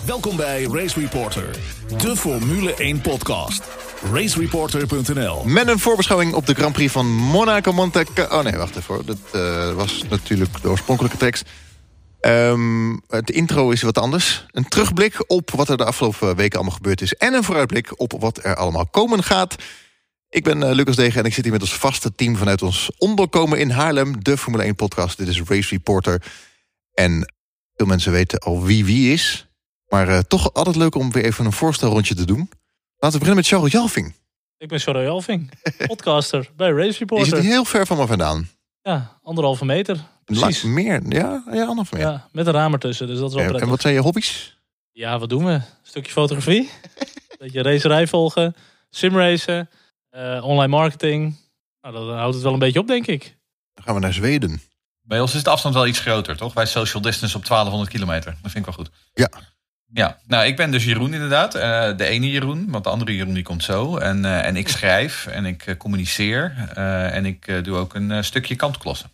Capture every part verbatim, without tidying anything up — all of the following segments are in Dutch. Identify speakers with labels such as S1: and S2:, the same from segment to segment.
S1: Welkom bij Race Reporter, de Formule één podcast. race reporter punt n l.
S2: Met een voorbeschouwing op de Grand Prix van Monaco Monte Carlo. Oh nee, wacht even hoor. Dat uh, was natuurlijk de oorspronkelijke tekst. Um, de intro is wat anders. Een terugblik op wat er de afgelopen weken allemaal gebeurd is. En een vooruitblik op wat er allemaal komen gaat. Ik ben uh, Lucas Degen en ik zit hier met ons vaste team vanuit ons onderkomen in Haarlem. De Formule één podcast. Dit is Race Reporter. En veel mensen weten al wie wie is. Maar uh, toch altijd leuk om weer even een voorstelrondje te doen. Laten we beginnen met Charles Jalving.
S3: Ik ben Charles Jalving, podcaster bij Race Reporter.
S2: Je zit heel ver van me vandaan.
S3: Ja, anderhalve meter. Precies.
S2: La, meer, ja, ja, anderhalve meter.
S3: Ja, met een raam ertussen, dus dat is wel
S2: ja,
S3: prettig.
S2: En wat zijn je hobby's?
S3: Ja, wat doen we? Een stukje fotografie, een beetje racerij volgen, simracen, uh, online marketing. Nou, dat houdt het wel een beetje op, denk ik.
S2: Dan gaan we naar Zweden.
S4: Bij ons is de afstand wel iets groter, toch? Wij social distance op twaalfhonderd kilometer. Dat vind ik wel goed.
S2: Ja.
S4: Ja, nou, ik ben dus Jeroen inderdaad. Uh, de ene Jeroen, want de andere Jeroen die komt zo. En, uh, en ik schrijf en ik uh, communiceer. Uh, en ik uh, doe ook een uh, stukje kantklossen.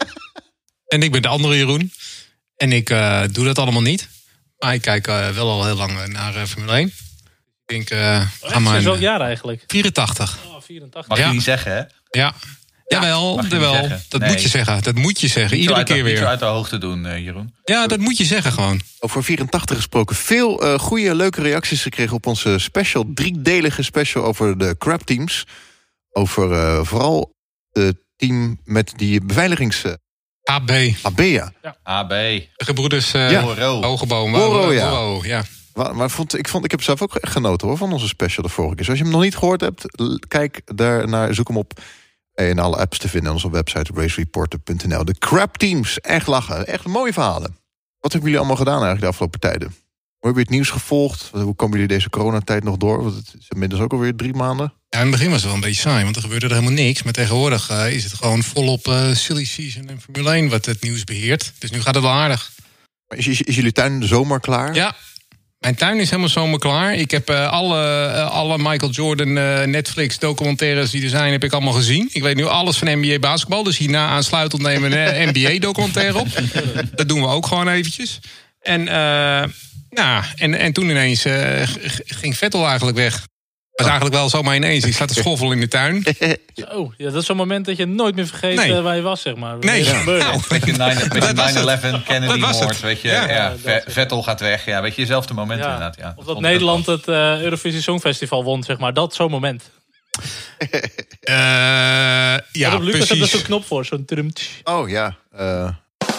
S5: En ik ben de andere Jeroen. En ik uh, doe dat allemaal niet. Maar ik kijk uh, wel al heel lang naar uh, Formule één. Ik denk, uh,
S3: aan mijn... welk jaar eigenlijk?
S5: vierentachtig.
S3: Oh, vierentachtig.
S4: Mag
S5: ja.
S4: je niet zeggen, hè?
S5: Ja. Jawel, jawel. Dat
S4: nee.
S5: moet je zeggen. Dat moet je zeggen.
S4: Niet
S5: Iedere keer
S4: de,
S5: weer.
S4: Niet zo uit de hoogte doen, uh, Jeroen.
S5: Ja, dat moet je zeggen gewoon.
S2: Over vierentachtig gesproken. Veel uh, goede, leuke reacties gekregen op onze special. Driedelige special over de crab teams. Over uh, vooral het team met die beveiligings... Uh,
S5: A B.
S2: A B, ja.
S3: ja.
S4: A B.
S5: De gebroeders uh,
S2: ja.
S5: Hogeboom.
S2: Horo, ja.
S5: Horo, ja.
S2: Maar, maar vond, ik, vond, ik heb zelf ook echt genoten hoor, van onze special de vorige keer. Dus als je hem nog niet gehoord hebt, kijk daar naar, zoek hem op. In alle apps te vinden op onze website race reporter punt n l. De crab teams, echt lachen. Echt mooie verhalen. Wat hebben jullie allemaal gedaan eigenlijk de afgelopen tijden? Hoe hebben jullie het nieuws gevolgd? Hoe komen jullie deze coronatijd nog door? Want het is inmiddels ook alweer drie maanden.
S5: Ja, in het begin was het wel een beetje saai, want er gebeurde er helemaal niks. Maar tegenwoordig uh, is het gewoon volop uh, silly season en Formule één wat het nieuws beheert. Dus nu gaat het wel aardig.
S2: Is, is, is jullie tuin zomaar klaar?
S5: Ja. Mijn tuin is helemaal zomaar klaar. Ik heb uh, alle, uh, alle Michael Jordan uh, Netflix documentaires die er zijn, heb ik allemaal gezien. Ik weet nu alles van N B A basketbal. Dus hierna aansluitend nemen we een N B A documentaire op. Dat doen we ook gewoon eventjes. En, uh, nou, en, en toen ineens uh, ging Vettel eigenlijk weg. Dat was eigenlijk wel zomaar ineens. Die staat te schoffelen in de tuin.
S3: Zo, ja, dat is zo'n moment dat je nooit meer vergeet nee. uh, waar je was, zeg maar.
S5: Nee, ja.
S4: Nou, met je nine eleven Kennedy moord, weet je.
S5: Ja.
S4: Ja, ja, ja, Vettel gaat weg. Ja, weet je, zelfde moment
S3: ja.
S4: inderdaad. Ja.
S3: Of dat Nederland het uh, Eurovisie Songfestival won, zeg maar. Dat zo'n moment.
S5: uh, ja,
S3: ja, Lucas
S5: precies.
S3: heeft er zo'n knop voor, zo'n trum.
S2: Oh ja. Uh,
S4: ja,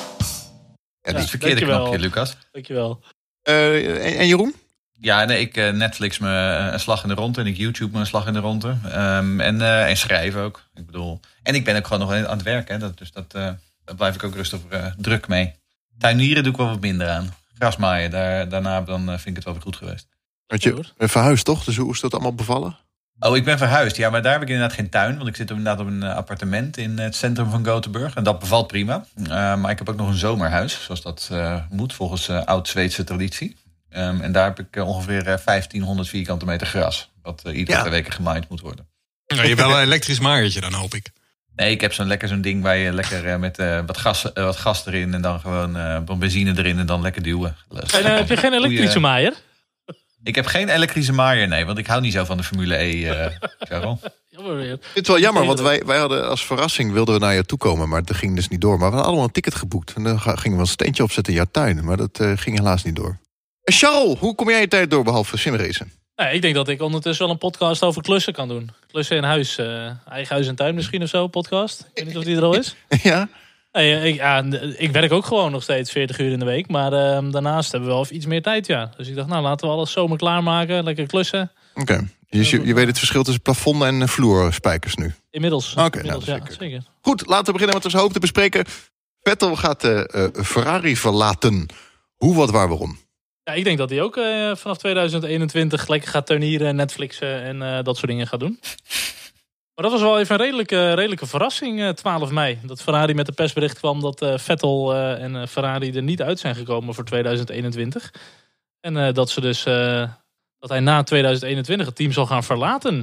S3: ja,
S4: dat is het verkeerde knopje, Lucas.
S3: Dankjewel.
S2: Uh, en, en Jeroen?
S4: Ja, nee, ik uh, Netflix me een slag in de ronde en ik YouTube me een slag in de ronde. Um, en, uh, en schrijven ook. Ik bedoel, en ik ben ook gewoon nog aan het werk, hè. Dat, dus dat, uh, daar blijf ik ook rustig uh, druk mee. Tuinieren doe ik wel wat minder aan. Grasmaaien, daar, daarna dan uh, vind ik het wel weer goed geweest.
S2: Want je bent verhuisd toch? Dus hoe is dat allemaal bevallen?
S4: Oh, ik ben verhuisd. Ja, maar daar heb ik inderdaad geen tuin. Want ik zit inderdaad op een appartement in het centrum van Gothenburg. En dat bevalt prima. Uh, maar ik heb ook nog een zomerhuis. Zoals dat uh, moet volgens uh, oud-Zweedse traditie. Um, en daar heb ik uh, ongeveer uh, vijftienhonderd vierkante meter gras. Wat uh, iedere ja. twee weken gemaaid moet worden.
S5: Nou, je hebt wel een elektrisch maaiertje dan, hoop ik.
S4: Nee, ik heb zo'n lekker zo'n ding waar je lekker uh, met uh, wat, gas, uh, wat gas erin. En dan gewoon uh, benzine erin en dan lekker duwen.
S3: En, uh, heb je geen elektrische maaier?
S4: Ik heb geen elektrische maaier, nee. Want ik hou niet zo van de Formule E, uh, Charles.
S3: Jammer weer.
S2: Het is wel jammer, want wij, wij hadden als verrassing wilden we naar je toe komen, maar dat ging dus niet door. Maar we hadden allemaal een ticket geboekt. En dan gingen we een steentje opzetten in jouw tuin. Maar dat uh, ging helaas niet door. En Charles, hoe kom jij je tijd door behalve simracen?
S3: Nee, ik denk dat ik ondertussen wel een podcast over klussen kan doen. Klussen in huis. Uh, eigen huis en tuin misschien of zo, podcast. Ik weet niet of die er al is.
S2: Ja?
S3: Nee, ik, ja, ik werk ook gewoon nog steeds veertig uur in de week. Maar uh, daarnaast hebben we wel iets meer tijd, ja. Dus ik dacht, nou, laten we alles zomaar klaarmaken. Lekker klussen.
S2: Oké. Okay. Dus je, je weet het verschil tussen plafond en vloerspijkers nu?
S3: Inmiddels.
S2: Oké, okay,
S3: Inmiddels,
S2: nou,
S3: ja,
S2: zeker.
S3: zeker.
S2: Goed, laten we beginnen met ons hoop te bespreken. Vettel gaat de uh, Ferrari verlaten. Hoe, wat, waar, waarom?
S3: Ja, ik denk dat hij ook uh, vanaf tweeduizend eenentwintig lekker gaat tuinieren, Netflixen en uh, dat soort dingen gaat doen. Maar dat was wel even een redelijke, redelijke verrassing, uh, twaalf mei. Dat Ferrari met de persbericht kwam dat uh, Vettel uh, en uh, Ferrari er niet uit zijn gekomen voor tweeduizend eenentwintig. En uh, dat ze dus uh, dat hij na tweeduizend eenentwintig het team zal gaan verlaten.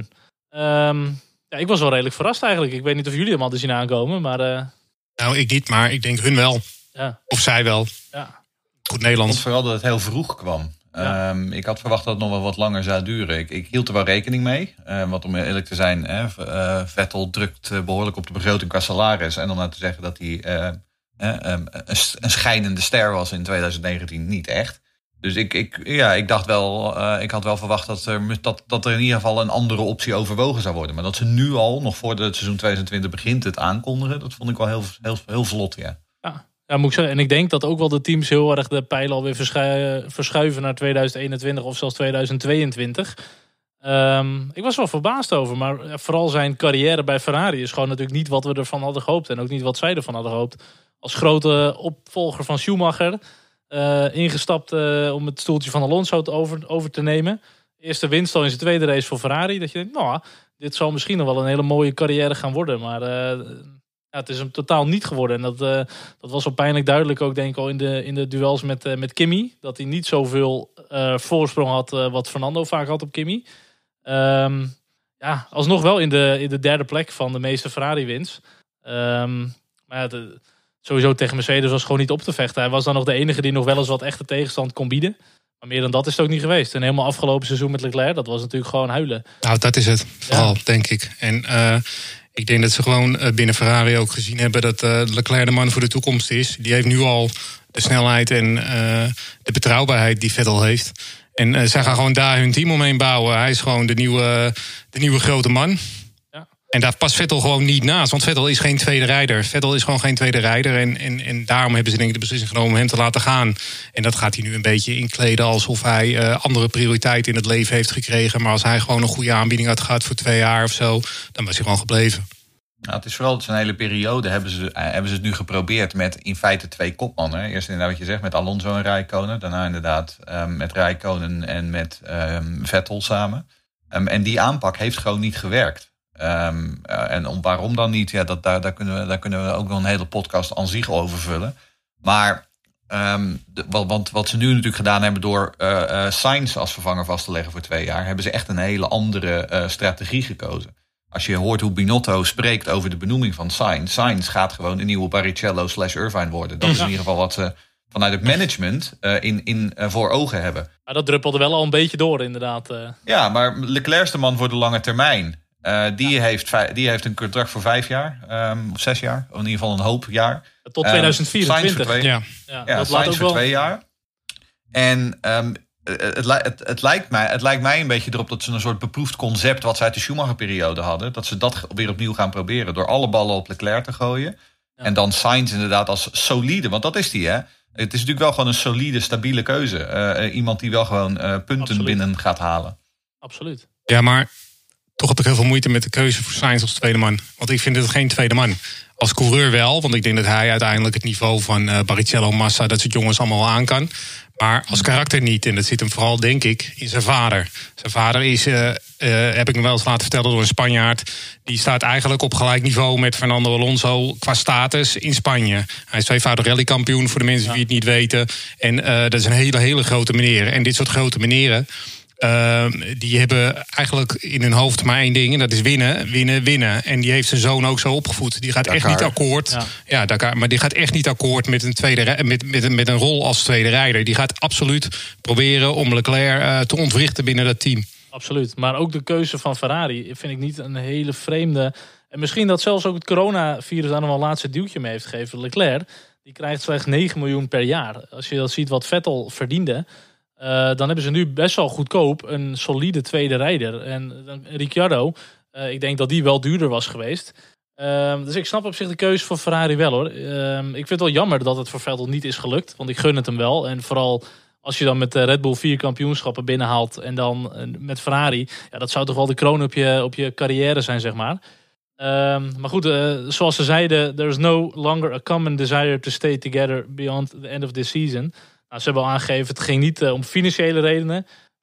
S3: Um, ja, ik was wel redelijk verrast eigenlijk. Ik weet niet of jullie hem hadden zien aankomen, maar... Uh...
S5: Nou, ik niet, maar ik denk hun wel.
S3: Ja.
S5: Of zij wel.
S3: Ja.
S5: Goed Nederlands.
S4: Ik vond vooral dat het heel vroeg kwam.
S3: Ja.
S4: Um, ik had verwacht dat het nog wel wat langer zou duren. Ik, ik hield er wel rekening mee. Uh, want om eerlijk te zijn, hè, uh, Vettel drukt uh, behoorlijk op de begroting qua salaris. En om nou te zeggen dat hij uh, uh, um, een, een schijnende ster was in twintig negentien, niet echt. Dus ik, ik, ja, ik dacht wel, uh, ik had wel verwacht dat er, dat, dat er in ieder geval een andere optie overwogen zou worden. Maar dat ze nu al, nog voordat het seizoen twintig twintig begint, het aankondigen, dat vond ik wel heel, heel, heel vlot, ja.
S3: Ja. Ja, moet ik zeggen. En ik denk dat ook wel de teams heel erg de pijlen alweer verschu- verschuiven naar twintig eenentwintig of zelfs twintig tweeëntwintig. Um, ik was wel verbaasd over, maar vooral zijn carrière bij Ferrari is gewoon natuurlijk niet wat we ervan hadden gehoopt. En ook niet wat zij ervan hadden gehoopt. Als grote opvolger van Schumacher, uh, ingestapt uh, om het stoeltje van Alonso te over, over te nemen. Eerste winst al in zijn tweede race voor Ferrari. Dat je denkt, nou, dit zal misschien nog wel een hele mooie carrière gaan worden. Maar uh, ja, het is hem totaal niet geworden. En dat, uh, dat was wel pijnlijk duidelijk ook, denk ik, al in de, in de duels met, uh, met Kimi. Dat hij niet zoveel uh, voorsprong had uh, wat Fernando vaak had op Kimi. Um, ja, alsnog wel in de, in de derde plek van de meeste Ferrari-wins. Um, maar ja, de, sowieso tegen Mercedes was gewoon niet op te vechten. Hij was dan nog de enige die nog wel eens wat echte tegenstand kon bieden. Maar meer dan dat is het ook niet geweest. En helemaal afgelopen seizoen met Leclerc, dat was natuurlijk gewoon huilen.
S5: Nou, dat is het vooral, ja. denk ik. En uh, ik denk dat ze gewoon binnen Ferrari ook gezien hebben dat uh, Leclerc de man voor de toekomst is. Die heeft nu al de snelheid en uh, de betrouwbaarheid die Vettel heeft. En uh, zij gaan gewoon daar hun team omheen bouwen. Hij is gewoon de nieuwe, de nieuwe grote man. Ja. En daar past Vettel gewoon niet naast. Want Vettel is geen tweede rijder. Vettel is gewoon geen tweede rijder. En, en, en daarom hebben ze denk ik de beslissing genomen om hem te laten gaan. En dat gaat hij nu een beetje inkleden alsof hij uh, andere prioriteiten in het leven heeft gekregen. Maar als hij gewoon een goede aanbieding had gehad voor twee jaar of zo, dan was hij gewoon gebleven.
S4: Nou, het is vooral zo'n hele periode hebben ze, hebben ze het nu geprobeerd met in feite twee kopmannen. Eerst inderdaad wat je zegt met Alonso en Räikkönen. Daarna inderdaad um, met Räikkönen en met um, Vettel samen. Um, en die aanpak heeft gewoon niet gewerkt. Um, uh, en om, waarom dan niet? Ja, dat, daar, daar, kunnen we, daar kunnen we ook nog een hele podcast aan zich over vullen. Maar um, de, want wat ze nu natuurlijk gedaan hebben door uh, uh, Sainz als vervanger vast te leggen voor twee jaar, hebben ze echt een hele andere uh, strategie gekozen. Als je hoort hoe Binotto spreekt over de benoeming van Sainz. Sainz gaat gewoon een nieuwe Barrichello slash Irvine worden. Dat is in ieder geval wat ze vanuit het management uh, in, in, uh, voor ogen hebben.
S3: Maar dat druppelde wel al een beetje door inderdaad. Uh.
S4: Ja, maar Leclerc is de man voor de lange termijn. Uh, die, ja. heeft, die heeft een contract voor vijf jaar. Um, of zes jaar. Of in ieder geval een hoop jaar.
S3: Tot tweeduizend vierentwintig. Um,
S4: Sainz voor twee,
S5: ja.
S4: Ja, ja, dat Sainz voor wel... twee jaar. En um, Het, het, het, lijkt mij, het lijkt mij een beetje erop dat ze een soort beproefd concept wat ze uit de Schumacher-periode hadden, dat ze dat weer opnieuw gaan proberen door alle ballen op Leclerc te gooien. Ja. En dan Sainz inderdaad als solide, want dat is die, hè. Het is natuurlijk wel gewoon een solide, stabiele keuze. Uh, iemand die wel gewoon uh, punten Absoluut. binnen gaat halen.
S3: Absoluut.
S5: Ja, maar toch heb ik heel veel moeite met de keuze voor Sainz als tweede man. Want ik vind het geen tweede man. Als coureur wel, want ik denk dat hij uiteindelijk het niveau van uh, Barrichello, Massa, dat soort jongens allemaal aan kan. Maar als karakter niet. En dat zit hem vooral, denk ik, in zijn vader. Zijn vader is, uh, uh, heb ik me wel eens laten vertellen door een Spanjaard, die staat eigenlijk op gelijk niveau met Fernando Alonso qua status in Spanje. Hij is tweevoudig rallykampioen, voor de mensen ja. die het niet weten. En uh, dat is een hele, hele grote meneer. En dit soort grote meneren, Uh, die hebben eigenlijk in hun hoofd maar één ding, en dat is winnen, winnen, winnen. En die heeft zijn zoon ook zo opgevoed. Die gaat Dakar. echt niet akkoord. Ja, ja Dakar, maar die gaat echt niet akkoord met een, tweede, met, met, met een rol als tweede rijder. Die gaat absoluut proberen om Leclerc uh, te ontwrichten binnen dat team.
S3: Absoluut. Maar ook de keuze van Ferrari vind ik niet een hele vreemde. En misschien dat zelfs ook het coronavirus daar nog wel een laatste duwtje mee heeft gegeven. Leclerc, die krijgt slechts negen miljoen per jaar. Als je dat ziet wat Vettel verdiende, Uh, dan hebben ze nu best wel goedkoop een solide tweede rijder. En uh, Ricciardo, uh, ik denk dat die wel duurder was geweest. Uh, dus ik snap op zich de keuze voor Ferrari wel, hoor. Uh, ik vind het wel jammer dat het voor Vettel niet is gelukt. Want ik gun het hem wel. En vooral als je dan met de Red Bull vier kampioenschappen binnenhaalt en dan uh, met Ferrari, ja, dat zou toch wel de kroon op je, op je carrière zijn, zeg maar. Uh, maar goed, uh, zoals ze zeiden, there is no longer a common desire to stay together beyond the end of this season. Nou, ze hebben al aangegeven, het ging niet uh, om financiële redenen.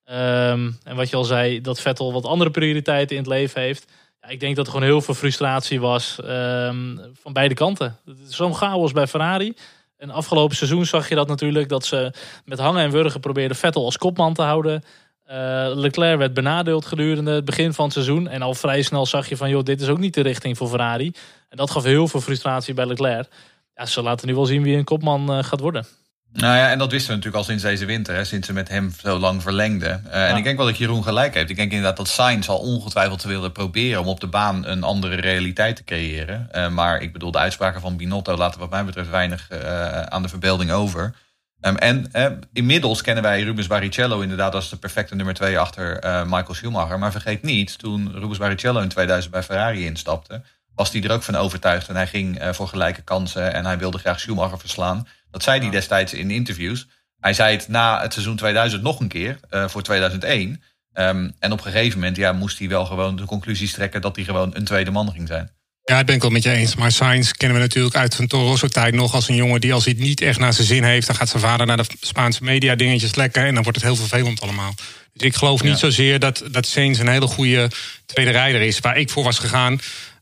S3: Um, en wat je al zei, dat Vettel wat andere prioriteiten in het leven heeft. Ja, ik denk dat er gewoon heel veel frustratie was um, van beide kanten. Het is zo'n chaos bij Ferrari. En afgelopen seizoen zag je dat natuurlijk, dat ze met hangen en wurgen probeerden Vettel als kopman te houden. Uh, Leclerc werd benadeeld gedurende het begin van het seizoen. En al vrij snel zag je van, joh, dit is ook niet de richting voor Ferrari. En dat gaf heel veel frustratie bij Leclerc. Ja, ze laten nu wel zien wie een kopman uh, gaat worden.
S4: Nou ja, en dat wisten we natuurlijk al sinds deze winter, hè, sinds ze met hem zo lang verlengden. Uh, ja. En ik denk wel dat Jeroen gelijk heeft. Ik denk inderdaad dat Sainz al ongetwijfeld wilde proberen om op de baan een andere realiteit te creëren. Uh, maar ik bedoel, de uitspraken van Binotto laten wat mij betreft weinig uh, aan de verbeelding over. Um, en uh, inmiddels kennen wij Rubens Barrichello inderdaad als de perfecte nummer twee achter uh, Michael Schumacher. Maar vergeet niet, toen Rubens Barrichello in tweeduizend bij Ferrari instapte, was hij er ook van overtuigd. En hij ging uh, voor gelijke kansen en hij wilde graag Schumacher verslaan. Dat zei hij destijds in interviews. Hij zei het na het seizoen tweeduizend nog een keer, uh, voor tweeduizend één. Um, en op een gegeven moment ja, moest hij wel gewoon de conclusies trekken dat hij gewoon een tweede man ging zijn.
S5: Ja, dat ben ik wel met je eens. Maar Sainz kennen we natuurlijk uit zijn Toro Rosso-tijd nog als een jongen die als hij het niet echt naar zijn zin heeft, dan gaat zijn vader naar de Spaanse media dingetjes lekken en dan wordt het heel vervelend allemaal. Dus ik geloof niet ja. zozeer dat, dat Sainz een hele goede tweede rijder is. Waar ik voor was gegaan,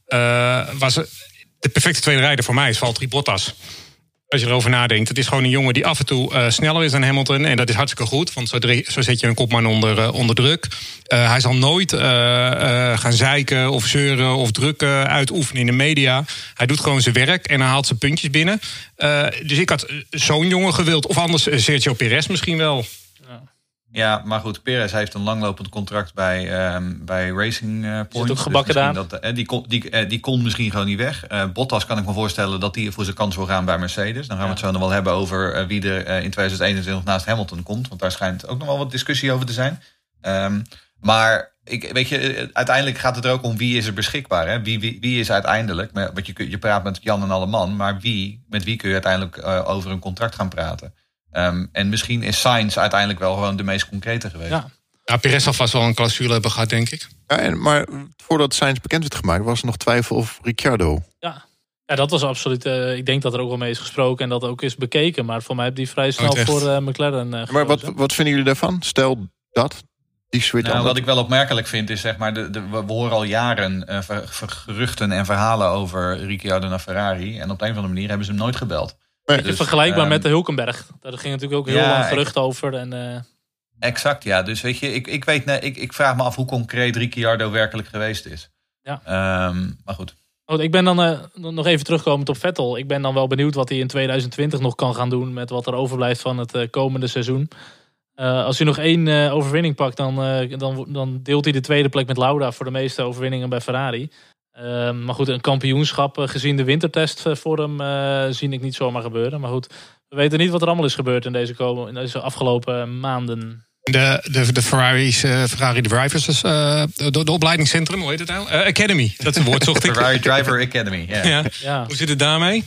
S5: uh, was de perfecte tweede rijder voor mij is Valtteri Bottas. Als je erover nadenkt. Het is gewoon een jongen die af en toe uh, sneller is dan Hamilton. En dat is hartstikke goed. Want zo, drie, zo zet je een kopman onder, uh, onder druk. Uh, hij zal nooit uh, uh, gaan zeiken of zeuren of druk uh, uitoefenen in de media. Hij doet gewoon zijn werk en hij haalt zijn puntjes binnen. Uh, dus ik had zo'n jongen gewild. Of anders uh, Sergio Perez misschien wel.
S4: Ja. Ja, maar goed, Perez heeft een langlopend contract bij, um, bij Racing uh, Point. Is het
S3: ook gebakken
S4: dus
S3: daar?
S4: Dat, uh, die, kon, die, uh, die kon misschien gewoon niet weg. Uh, Bottas kan ik me voorstellen dat hij voor zijn kans wil gaan bij Mercedes. Dan gaan we ja. het zo nog wel hebben over uh, wie er uh, in tweeduizend eenentwintig naast Hamilton komt. Want daar schijnt ook nog wel wat discussie over te zijn. Um, maar ik, weet je, uiteindelijk gaat het er ook om wie is er beschikbaar. Hè? Wie, wie, wie is uiteindelijk, want je, je praat met Jan en alle man, maar wie, met wie kun je uiteindelijk uh, over een contract gaan praten? Um, en misschien is Sainz uiteindelijk wel gewoon de meest concrete geweest.
S5: Ja, ja Perez zal vast wel een clausule hebben gehad, denk ik.
S2: Ja, en, maar voordat Sainz bekend werd gemaakt, was er nog twijfel of Ricciardo.
S3: Ja, ja dat was absoluut. Uh, ik denk dat er ook wel mee is gesproken en dat ook is bekeken. Maar voor mij heb die vrij snel
S5: oh,
S3: voor uh, McLaren uh,
S2: Maar wat, wat vinden jullie daarvan? Stel dat, die switch
S4: nou,
S2: aan.
S4: Wat ik wel opmerkelijk vind is, zeg maar, de, de, we horen al jaren uh, ver, ver, geruchten en verhalen over Ricciardo naar Ferrari. En op een of andere manier hebben ze hem nooit gebeld.
S3: Nee. Dus, vergelijkbaar um, met de Hulkenberg. Daar ging natuurlijk ook heel
S4: ja,
S3: lang gerucht over. En, uh...
S4: Exact, ja. Dus weet je, ik, ik, weet, nee, ik, ik vraag me af hoe concreet Ricciardo werkelijk geweest is.
S3: Ja.
S4: Um, maar goed.
S3: goed. Ik ben dan uh, nog even terugkomend op Vettel. Ik ben dan wel benieuwd wat hij in tweeduizend twintig nog kan gaan doen met wat er overblijft van het uh, komende seizoen. Uh, als hij nog één uh, overwinning pakt, dan, uh, dan, dan deelt hij de tweede plek met Lauda voor de meeste overwinningen bij Ferrari. Uh, maar goed, een kampioenschap uh, gezien de wintertest uh, voor hem uh, zie ik niet zomaar gebeuren. Maar goed, we weten niet wat er allemaal is gebeurd in deze, komen, in deze afgelopen maanden.
S5: De, de, de Ferrari's, uh, Ferrari Drivers, uh, de, de opleidingscentrum, hoe heet het nou? Uh, Academy, dat is een woord, zocht ik.
S4: Ferrari Driver Academy, yeah.
S5: ja.
S3: Ja.
S5: Hoe zit het daarmee?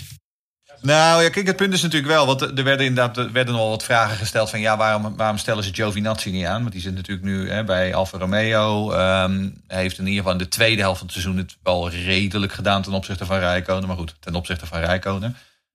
S4: Nou ja, kijk, het punt is natuurlijk wel, want er werden inderdaad er werden al wat vragen gesteld van ja, waarom, waarom stellen ze Giovinazzi niet aan? Want die zit natuurlijk nu hè, bij Alfa Romeo. Um, hij heeft in ieder geval in de tweede helft van het seizoen het wel redelijk gedaan ten opzichte van Räikkönen. Maar goed, ten opzichte van Räikkönen.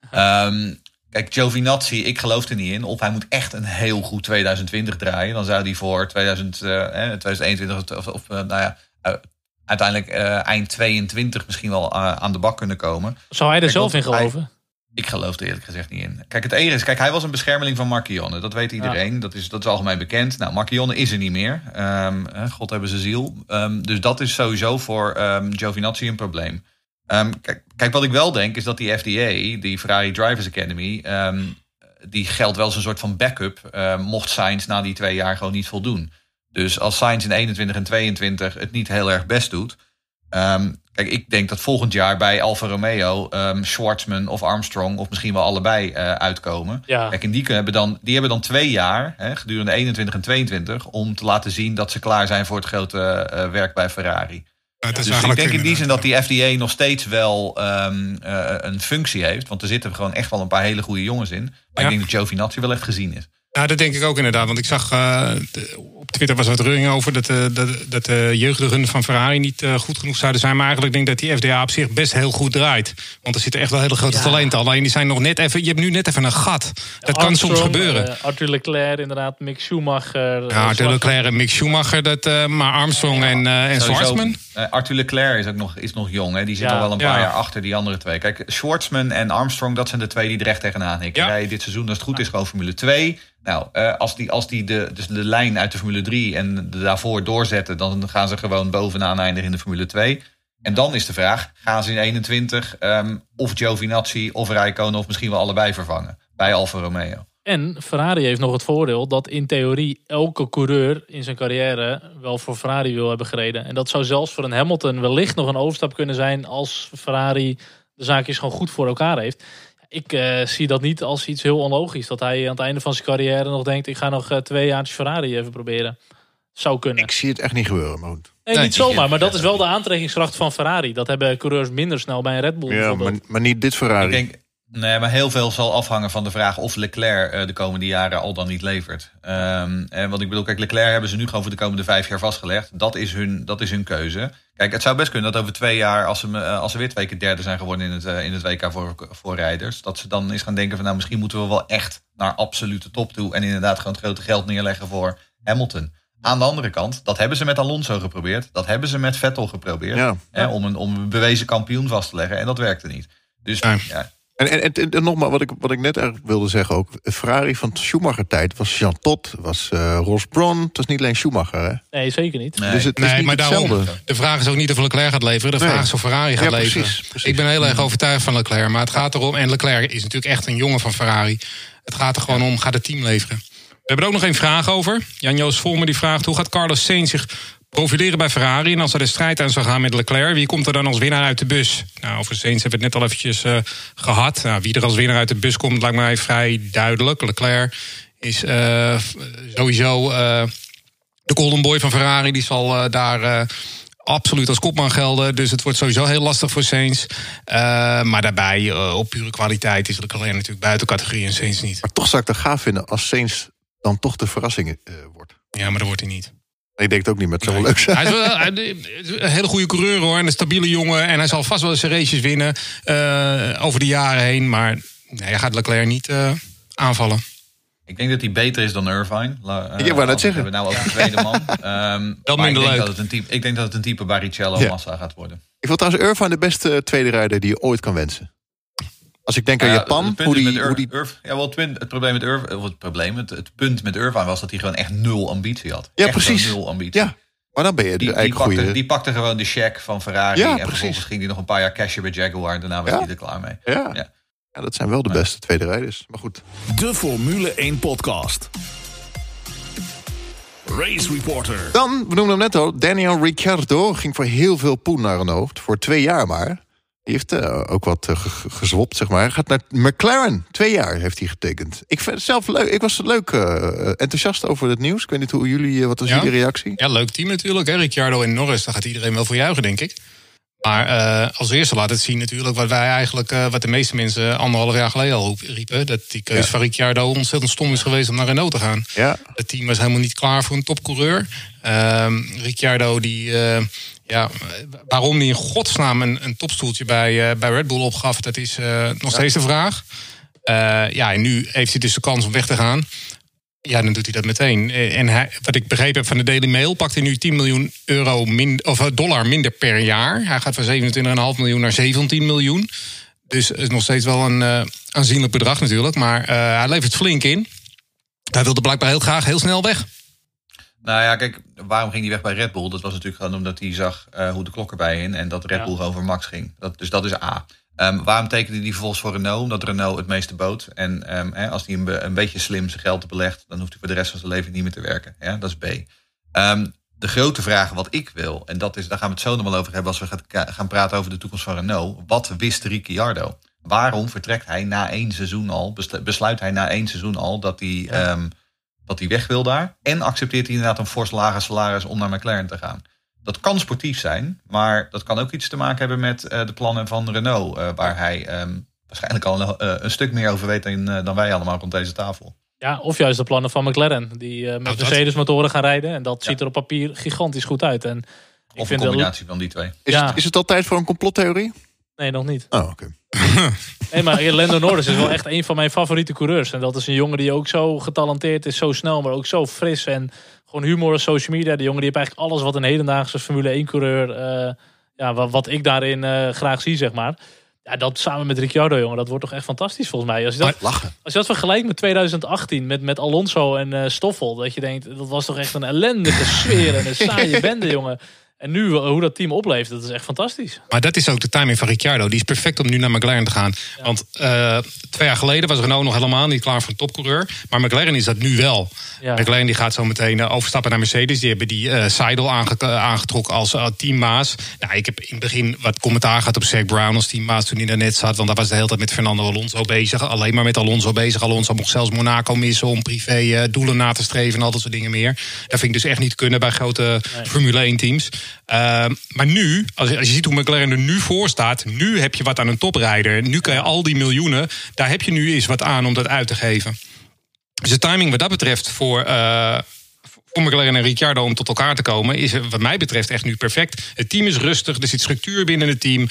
S4: Um, kijk, Giovinazzi, ik geloof er niet in. Of hij moet echt een heel goed tweeduizend twintig draaien. Dan zou hij voor tweeduizend, uh, tweeduizend eenentwintig of, of uh, nou ja, uh, uiteindelijk uh, eind tweeëntwintig misschien wel uh, aan de bak kunnen komen.
S3: Zou hij er
S4: kijk,
S3: zelf in geloven?
S4: Hij, Ik geloof er eerlijk gezegd niet in. Kijk, het enige is, kijk, hij was een beschermeling van Marchionne. Dat weet iedereen. Ja. Dat, is, dat is algemeen bekend. Nou, Marchionne is er niet meer. Um, God hebben ze ziel. Um, dus dat is sowieso voor um, Giovinazzi een probleem. Um, kijk, kijk, wat ik wel denk is dat die F D A, die Ferrari Drivers Academy, um, die geldt wel als een soort van backup. Uh, mocht Sainz na die twee jaar gewoon niet voldoen. Dus als Sainz in eenentwintig en tweeëntwintig het niet heel erg best doet. Um, Kijk, ik denk dat volgend jaar bij Alfa Romeo um, Schwartzman of Armstrong of misschien wel allebei uh, uitkomen.
S3: Ja.
S4: Kijk, en die, hebben dan, die hebben dan twee jaar, hè, gedurende eenentwintig en tweeëntwintig, om te laten zien dat ze klaar zijn voor het grote uh, werk bij Ferrari.
S5: Ja,
S4: dus ik denk in die zin dat die F D A nog steeds wel um, uh, een functie heeft. Want er zitten gewoon echt wel een paar hele goede jongens in. Maar ja. ik denk dat Giovinazzi wel echt gezien is.
S5: Ja, dat denk ik ook inderdaad. Want ik zag uh, op Twitter was wat reuring over dat, uh, dat, dat de jeugdigen van Ferrari niet uh, goed genoeg zouden zijn. Maar eigenlijk denk ik dat die F D A op zich best heel goed draait. Want er zitten echt wel hele grote ja. talenten. Alleen die zijn nog net even. Je hebt nu net even een gat. Dat ja, kan soms gebeuren. Uh,
S3: Arthur Leclerc, inderdaad, Mick Schumacher.
S5: Ja, Arthur Leclerc en Mick Schumacher, dat, uh, maar Armstrong ja, en, uh, en Schwartzman.
S4: Uh, Arthur Leclerc is ook nog, is nog jong. Hè? Die zit
S3: ja.
S4: al wel een paar
S5: ja.
S4: jaar achter die andere twee. Kijk, Schwartzman en Armstrong, dat zijn de twee die er echt tegenaan hikken. Ja. Rijden dit seizoen, als het goed is, gewoon Formule twee. Nou, uh, als die, als die de, dus de lijn uit de Formule drie en de daarvoor doorzetten, dan gaan ze gewoon bovenaan eindigen in de Formule twee. En dan is de vraag, gaan ze in eenentwintig um, of Giovinazzi of Räikkönen of misschien wel allebei vervangen bij Alfa Romeo?
S3: En Ferrari heeft nog het voordeel dat in theorie elke coureur in zijn carrière wel voor Ferrari wil hebben gereden. En dat zou zelfs voor een Hamilton wellicht nog een overstap kunnen zijn als Ferrari de zaakjes gewoon goed voor elkaar heeft. Ik uh, zie dat niet als iets heel onlogisch. Dat hij aan het einde van zijn carrière nog denkt, ik ga nog uh, twee jaartjes Ferrari even proberen. Zou kunnen.
S2: Ik zie het echt niet gebeuren, maar goed.
S3: Nee, niet zomaar, maar dat is wel de aantrekkingskracht van Ferrari. Dat hebben coureurs minder snel bij een Red Bull.
S2: Ja, maar, maar niet dit Ferrari.
S4: Ik denk, nee, maar heel veel zal afhangen van de vraag of Leclerc uh, de komende jaren al dan niet levert. Um, en wat ik bedoel, kijk, Leclerc hebben ze nu gewoon voor de komende vijf jaar vastgelegd. Dat is hun, dat is hun keuze. Kijk, het zou best kunnen dat over twee jaar, als ze, uh, als ze weer twee keer derde zijn geworden in het, uh, in het W K voor, voor rijders, dat ze dan eens gaan denken van, nou, misschien moeten we wel echt naar absolute top toe en inderdaad gewoon het grote geld neerleggen voor Hamilton. Aan de andere kant, dat hebben ze met Alonso geprobeerd. Dat hebben ze met Vettel geprobeerd. Ja. Hè, om, een, om een bewezen kampioen vast te leggen. En dat werkte niet. Dus ja. ja.
S2: En, en, en, en nogmaals, wat ik, wat ik net eigenlijk wilde zeggen ook. Ferrari van Schumacher-tijd was Jean Todt, was uh, Ross Brawn. Het was niet alleen Schumacher, hè?
S3: Nee, zeker niet.
S2: Nee, dus het is
S5: nee
S2: niet
S5: maar daarom,
S2: hetzelfde.
S5: de vraag is ook niet of Leclerc gaat leveren. De vraag nee. is of Ferrari gaat ja, leveren. Precies, precies. Ik ben heel erg overtuigd van Leclerc. Maar het gaat erom, en Leclerc is natuurlijk echt een jongen van Ferrari. Het gaat er gewoon om, gaat het team leveren? We hebben er ook nog één vraag over. Jan-Joos Volmer die vraagt, hoe gaat Carlos Sainz zich profileren bij Ferrari? En als er de strijd aan zou gaan met Leclerc, wie komt er dan als winnaar uit de bus? Nou, over Sainz hebben we het net al eventjes uh, gehad. Nou, wie er als winnaar uit de bus komt, lijkt mij vrij duidelijk. Leclerc is uh, sowieso uh, de golden boy van Ferrari. Die zal uh, daar uh, absoluut als kopman gelden. Dus het wordt sowieso heel lastig voor Sainz. Uh, maar daarbij, uh, op pure kwaliteit, is Leclerc natuurlijk buiten categorie en Sainz niet.
S2: Maar toch zou ik het gaaf vinden als Sainz dan toch de verrassing uh, wordt.
S5: Ja, maar dat wordt hij niet.
S2: Ik denk het ook niet, maar het zou wel leuk zijn.
S5: Hij is, wel, hij is een hele goede coureur hoor. En een stabiele jongen. En hij zal vast wel eens races winnen. Uh, over de jaren heen. Maar nee, hij gaat Leclerc niet uh, aanvallen.
S4: Ik denk dat hij beter is dan Irvine. Uh,
S2: ik wou net zeggen.
S4: We hebben nou over de tweede man. Um,
S5: dat
S4: maar
S5: minder
S4: ik denk
S5: leuk.
S4: Dat het een type, ik denk dat het een type Barrichello ja. Massa gaat worden.
S2: Ik vond trouwens Irvine de beste tweede rijder die je ooit kan wensen. Als ik denk aan uh, Japan, hoe die,
S4: Ur,
S2: hoe die...
S4: Ur, ja, wel het, punt, het probleem met Irvine, of het probleem, het, het punt met Irvine was dat hij gewoon echt nul ambitie had.
S2: Ja,
S4: echt
S2: precies.
S4: Nul ambitie.
S2: Ja, maar dan ben je
S4: die,
S2: de eigenlijk
S4: die pakte,
S2: goede...
S4: die pakte gewoon de check van Ferrari
S2: ja,
S4: en
S2: precies.
S4: vervolgens ging hij nog een paar jaar cashen bij Jaguar en daarna was ja. hij er klaar mee.
S2: Ja. Ja. ja, dat zijn wel de beste ja. tweede rijders. Maar goed.
S1: De Formule één podcast. Race Reporter.
S2: Dan, we noemden hem net al, Daniel Ricciardo ging voor heel veel poen naar Renault. Voor twee jaar maar. Die heeft uh, ook wat uh, gezwopt, zeg maar. Hij gaat naar McLaren. Twee jaar heeft hij getekend. Ik vind het zelf leuk. Ik was leuk uh, enthousiast over het nieuws. Ik weet niet hoe jullie, uh, wat was ja. jullie reactie?
S5: Ja, leuk team natuurlijk. Hè? Ricciardo en Norris, daar gaat iedereen wel voor juichen, denk ik. Maar uh, als eerste laat het zien natuurlijk wat wij eigenlijk, uh, wat de meeste mensen anderhalf jaar geleden al riepen. Dat die keuze ja. van Ricciardo ontzettend stom is geweest om naar Renault te gaan.
S2: Ja.
S5: Het team was helemaal niet klaar voor een topcoureur. Uh, Ricciardo die... Uh, Ja, waarom hij in godsnaam een, een topstoeltje bij, uh, bij Red Bull opgaf, dat is uh, nog ja. steeds de vraag. Uh, ja, en nu heeft hij dus de kans om weg te gaan. Ja, dan doet hij dat meteen. En hij, wat ik begrepen heb van de Daily Mail, pakt hij nu tien miljoen euro min, of dollar minder per jaar. Hij gaat van zevenentwintig komma vijf miljoen naar zeventien miljoen. Dus het is nog steeds wel een uh, aanzienlijk bedrag natuurlijk. Maar uh, hij levert flink in. Hij wilde blijkbaar heel graag heel snel weg.
S4: Nou ja, kijk, waarom ging hij weg bij Red Bull? Dat was natuurlijk gewoon omdat hij zag uh, hoe de klok erbij in en dat Red ja. Bull over Max ging. Dat, dus dat is A. Um, waarom tekende hij vervolgens voor Renault? Omdat Renault het meeste bood. En um, hè, als hij een, be- een beetje slim zijn geld belegt, dan hoeft hij voor de rest van zijn leven niet meer te werken. Ja, dat is B. Um, de grote vraag wat ik wil, en dat is, daar gaan we het zo nog wel over hebben als we gaan, gaan praten over de toekomst van Renault. Wat wist Ricciardo? Waarom vertrekt hij na één seizoen al, besluit hij na één seizoen al dat hij... Ja. Um, dat hij weg wil daar. En accepteert hij inderdaad een fors lager salaris om naar McLaren te gaan. Dat kan sportief zijn, maar dat kan ook iets te maken hebben met uh, de plannen van Renault. Uh, waar hij um, waarschijnlijk al een, uh, een stuk meer over weet dan, uh, dan wij allemaal rond deze tafel.
S3: Ja, of juist de plannen van McLaren. Die uh, met oh, Mercedes motoren gaan rijden. En dat ja. ziet er op papier gigantisch goed uit. En ik
S4: of
S3: vind
S4: een combinatie de... van die twee.
S2: Is, ja. het, is het al tijd voor een complottheorie?
S3: Nee, nog niet.
S2: Oh, oké. Okay.
S3: Nee, maar Lando Norris is wel echt een van mijn favoriete coureurs. En dat is een jongen die ook zo getalenteerd is, zo snel, maar ook zo fris. En gewoon humor op social media. Die jongen die heeft eigenlijk alles wat een hedendaagse Formule één coureur... Uh, ja, wat, wat ik daarin uh, graag zie, zeg maar. Ja, dat samen met Ricciardo, jongen, dat wordt toch echt fantastisch volgens mij. Als je dat,
S2: lachen.
S3: Als je dat vergelijkt met twintig achttien, met, met Alonso en uh, Stoffel. Dat je denkt, dat was toch echt een ellendige sfeer en een saaie bende, jongen. En nu, hoe dat team opleeft, dat is echt fantastisch.
S5: Maar dat is ook de timing van Ricciardo. Die is perfect om nu naar McLaren te gaan. Ja. Want uh, twee jaar geleden was Renault nog helemaal niet klaar voor een topcoureur. Maar McLaren is dat nu wel. Ja. McLaren die gaat zo meteen uh, overstappen naar Mercedes. Die hebben die uh, Seidel aange- aangetrokken als uh, teammaas. Nou, ik heb in het begin wat commentaar gehad op Zac Brown als teammaas toen hij daar net zat. Want daar was de hele tijd met Fernando Alonso bezig. Alleen maar met Alonso bezig. Alonso mocht zelfs Monaco missen om privé uh, doelen na te streven en al dat soort dingen meer. Dat vind ik dus echt niet kunnen bij grote nee. Formule één teams. Uh, maar nu, als je, als je ziet hoe McLaren er nu voor staat, nu heb je wat aan een toprijder. Nu kan je al die miljoenen, daar heb je nu eens wat aan om dat uit te geven. Dus de timing wat dat betreft voor, uh, voor McLaren en Ricciardo om tot elkaar te komen, is wat mij betreft echt nu perfect. Het team is rustig, er zit structuur binnen het team. Uh,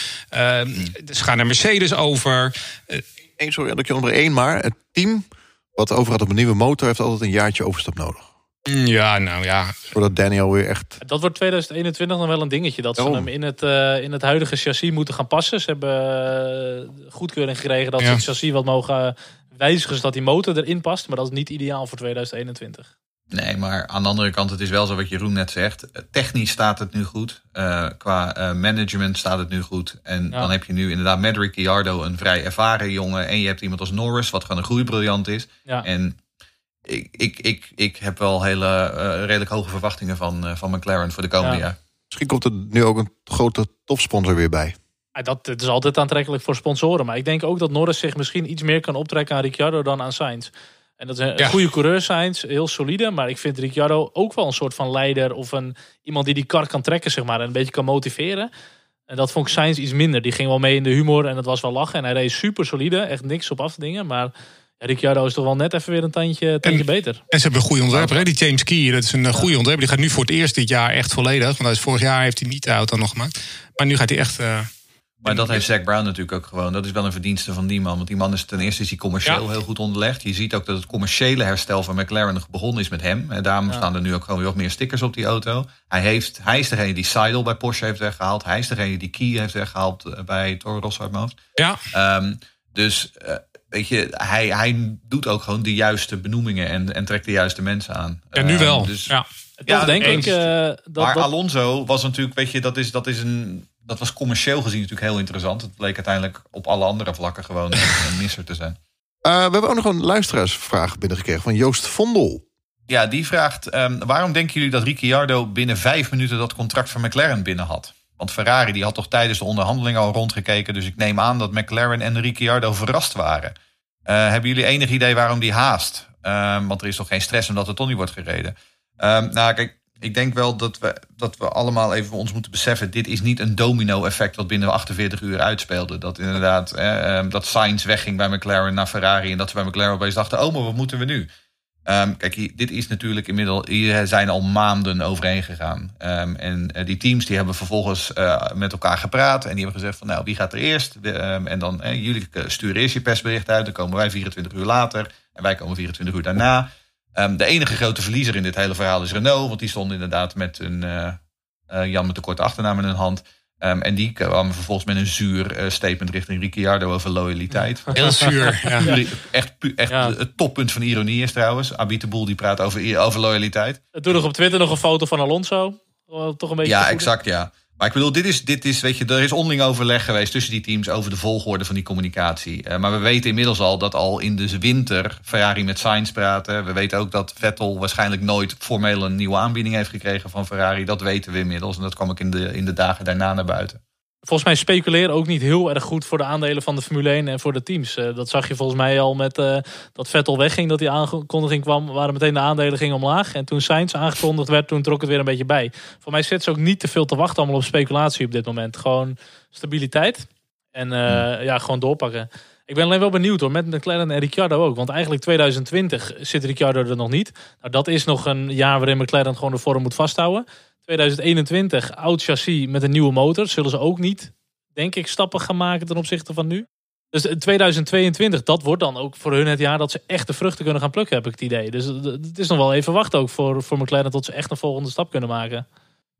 S5: ze gaan naar Mercedes over.
S2: Uh, Eén, sorry dat ik je onder één, maar het team wat over had op een nieuwe motor heeft altijd een jaartje overstap nodig.
S5: Ja, nou ja.
S2: Voordat Daniel weer echt...
S3: Dat wordt tweeduizend eenentwintig nog wel een dingetje. Dat Daarom. ze hem in het, uh, in het huidige chassis moeten gaan passen. Ze hebben uh, goedkeuring gekregen dat ja. ze het chassis wat mogen wijzigen zodat die motor erin past. Maar dat is niet ideaal voor tweeduizend eenentwintig.
S4: Nee, maar aan de andere kant, het is wel zo wat Jeroen net zegt. Technisch staat het nu goed. Uh, qua uh, management staat het nu goed. En ja. dan heb je nu inderdaad met Ricciardo een vrij ervaren jongen. En je hebt iemand als Norris, wat gewoon een groeibriljant is.
S3: Ja.
S4: En ik, ik, ik, ik heb wel hele uh, redelijk hoge verwachtingen van, uh, van McLaren voor de komende ja. jaar.
S2: Misschien komt er nu ook een grote topsponsor weer bij.
S3: Ja, dat het is altijd aantrekkelijk voor sponsoren. Maar ik denk ook dat Norris zich misschien iets meer kan optrekken aan Ricciardo dan aan Sainz. En dat is een ja. goede coureur, Sainz, heel solide. Maar ik vind Ricciardo ook wel een soort van leider of een, iemand die die kar kan trekken, zeg maar, en een beetje kan motiveren. En dat vond ik Sainz iets minder. Die ging wel mee in de humor en dat was wel lachen. En hij reed super solide, echt niks op af te dingen. Maar ja, Ricciardo is toch wel net even weer een tandje, tandje en, beter.
S5: En ze hebben een goede ontwerper, hè? Die James Key. Dat is een ja. goede ontwerper. Die gaat nu voor het eerst dit jaar echt volledig. Want hij is, vorig jaar heeft hij niet de auto nog gemaakt. Maar nu gaat hij echt... Uh,
S4: Maar dat heeft Zac Brown natuurlijk ook gewoon. Dat is wel een verdienste van die man. Want die man is ten eerste is hij commercieel ja. heel goed onderlegd. Je ziet ook dat het commerciële herstel van McLaren nog begonnen is met hem. En daarom ja. staan er nu ook gewoon weer wat meer stickers op die auto. Hij, heeft, hij is degene die Seidel bij Porsche heeft weggehaald. Hij is degene die Key heeft weggehaald bij Toro Rosso uit mijn hoofd.
S5: Ja.
S4: Um, dus uh, weet je, hij, hij doet ook gewoon de juiste benoemingen en, en trekt de juiste mensen aan.
S5: Ja, nu wel.
S4: Um, dus,
S5: ja.
S3: Ja, Toch denk eens. ik. Uh, dat,
S4: maar
S3: dat...
S4: Alonso was natuurlijk, weet je, dat is, dat is een. Dat was commercieel gezien natuurlijk heel interessant. Het bleek uiteindelijk op alle andere vlakken gewoon een, een misser te zijn.
S2: Uh, we hebben ook nog een luisteraarsvraag binnengekregen van Joost Vondel.
S4: Ja, die vraagt, um, waarom denken jullie dat Ricciardo binnen vijf minuten dat contract van McLaren binnen had? Want Ferrari die had toch tijdens de onderhandelingen al rondgekeken. Dus ik neem aan dat McLaren en Ricciardo verrast waren. Uh, hebben jullie enig idee waarom die haast? Um, want er is toch geen stress omdat er toch niet wordt gereden. Um, nou, kijk. Ik denk wel dat we, dat we allemaal even ons moeten beseffen. Dit is niet een domino-effect wat binnen achtenveertig uur uitspeelde. Dat inderdaad, eh, dat Sainz wegging bij McLaren naar Ferrari. En dat ze bij McLaren opeens dachten, oh, maar wat moeten we nu? Um, kijk, hier, dit is natuurlijk inmiddels, hier zijn al maanden overheen gegaan. Um, en uh, die teams die hebben vervolgens uh, met elkaar gepraat. En die hebben gezegd van, nou, wie gaat er eerst? Um, en dan, eh, jullie sturen eerst je persbericht uit. Dan komen wij vierentwintig uur later. En wij komen vierentwintig uur daarna. Um, de enige grote verliezer in dit hele verhaal is Renault. Want die stond inderdaad met een uh, uh, Jan met de korte achternaam in hun hand. Um, en die kwamen vervolgens met een zuur uh, statement richting Ricciardo over loyaliteit.
S5: Heel zuur. Ja.
S4: Echt, echt ja. Het toppunt van ironie is trouwens. Abit de Boel die praat over, over loyaliteit.
S3: Toen nog op Twitter nog een foto van Alonso. Toch een beetje
S4: ja, exact ja. Maar ik bedoel, dit is, dit is, weet je, er is onderling overleg geweest tussen die teams over de volgorde van die communicatie. Uh, maar we weten inmiddels al dat al in de winter Ferrari met Sainz praten. We weten ook dat Vettel waarschijnlijk nooit formeel een nieuwe aanbieding heeft gekregen van Ferrari. Dat weten we inmiddels en dat kwam ook in de, in de dagen daarna naar buiten.
S3: Volgens mij speculeren ook niet heel erg goed voor de aandelen van de Formule één en voor de teams. Uh, dat zag je volgens mij al met uh, dat Vettel wegging, dat die aankondiging kwam, waren meteen de aandelen gingen omlaag. En toen Sainz aangekondigd werd, toen trok het weer een beetje bij. Voor mij zit ze ook niet te veel te wachten allemaal op speculatie op dit moment. Gewoon stabiliteit en uh, hmm. ja, gewoon doorpakken. Ik ben alleen wel benieuwd hoor, met McLaren en Ricciardo ook. Want eigenlijk tweeduizend twintig zit Ricciardo er nog niet. Nou, dat is nog een jaar waarin McLaren gewoon de vorm moet vasthouden. tweeduizend eenentwintig, oud chassis met een nieuwe motor. Zullen ze ook niet, denk ik, stappen gaan maken ten opzichte van nu. Dus tweeduizend tweeëntwintig, dat wordt dan ook voor hun het jaar dat ze echt de vruchten kunnen gaan plukken, heb ik het idee. Dus het is nog wel even wachten ook voor, voor McLaren tot ze echt een volgende stap kunnen maken.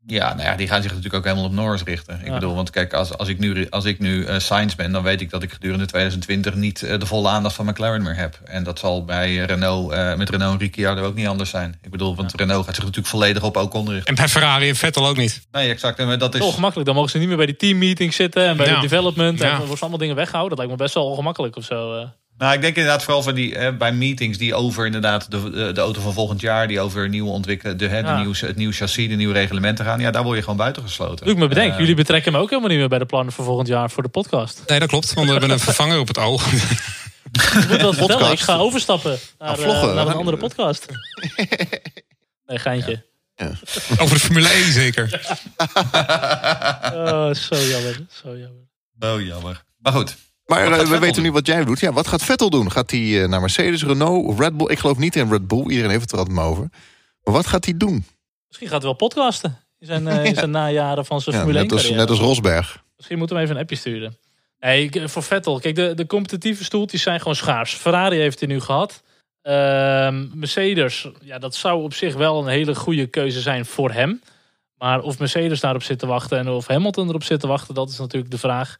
S4: Ja, nou ja, die gaan zich natuurlijk ook helemaal op Norris richten. Ik
S3: ja.
S4: bedoel, want kijk, als, als ik nu, als ik nu uh, Sainz ben, dan weet ik dat ik gedurende twintig twintig niet uh, de volle aandacht van McLaren meer heb. En dat zal bij Renault, uh, met Renault en Ricciardo ook niet anders zijn. Ik bedoel, want ja. Renault gaat zich natuurlijk volledig op Ocon richten.
S5: En bij Ferrari en Vettel ook niet.
S4: Nee, exact. En dat is
S3: zo ongemakkelijk. Dan mogen ze niet meer bij die teammeetings zitten en bij
S5: ja.
S3: de development.
S5: Ja.
S3: En er worden allemaal dingen weggehouden. Dat lijkt me best wel ongemakkelijk of zo. Uh.
S4: Nou, ik denk inderdaad vooral van die, eh, bij meetings die over inderdaad de, de, de auto van volgend jaar, die over nieuwe ontwikkelen, de,
S3: ja.
S4: de nieuwe, het nieuwe chassis, de nieuwe reglementen gaan. Ja, daar word je gewoon buitengesloten.
S3: Doe ik me bedenken,
S4: Uh,
S3: jullie betrekken me ook helemaal niet meer bij de plannen voor volgend jaar voor de podcast.
S5: Nee, dat klopt, want we hebben een vervanger op het oog.
S3: Ik moet dat vertellen, ik ga overstappen naar,
S2: vloggen,
S3: uh, naar een
S2: hè?
S3: andere podcast. Nee, geintje.
S2: Ja.
S5: Over de Formule één zeker.
S3: Oh, zo jammer, zo jammer.
S4: Oh, jammer. Maar goed.
S2: Maar uh, we
S4: Vettel
S2: weten
S4: doen?
S2: nu wat jij doet. Ja, wat gaat Vettel doen? Gaat hij uh, naar Mercedes, Renault, Red Bull? Ik geloof niet in Red Bull. Iedereen heeft het er altijd maar over. Maar wat gaat hij doen?
S3: Misschien gaat hij wel podcasten in zijn, uh, in zijn najaren van zijn
S2: Ja,
S3: Formule
S2: net, als,
S3: één-carrière.
S2: net als Rosberg.
S3: Misschien moeten we hem even een appje sturen. Nee, ik- voor Vettel. Kijk, de, de competitieve stoeltjes zijn gewoon schaars. Ferrari heeft hij nu gehad. Ehm, Mercedes, ja, dat zou op zich wel een hele goede keuze zijn voor hem. Maar of Mercedes daarop zit te wachten en of Hamilton erop zit te wachten, dat is natuurlijk de vraag.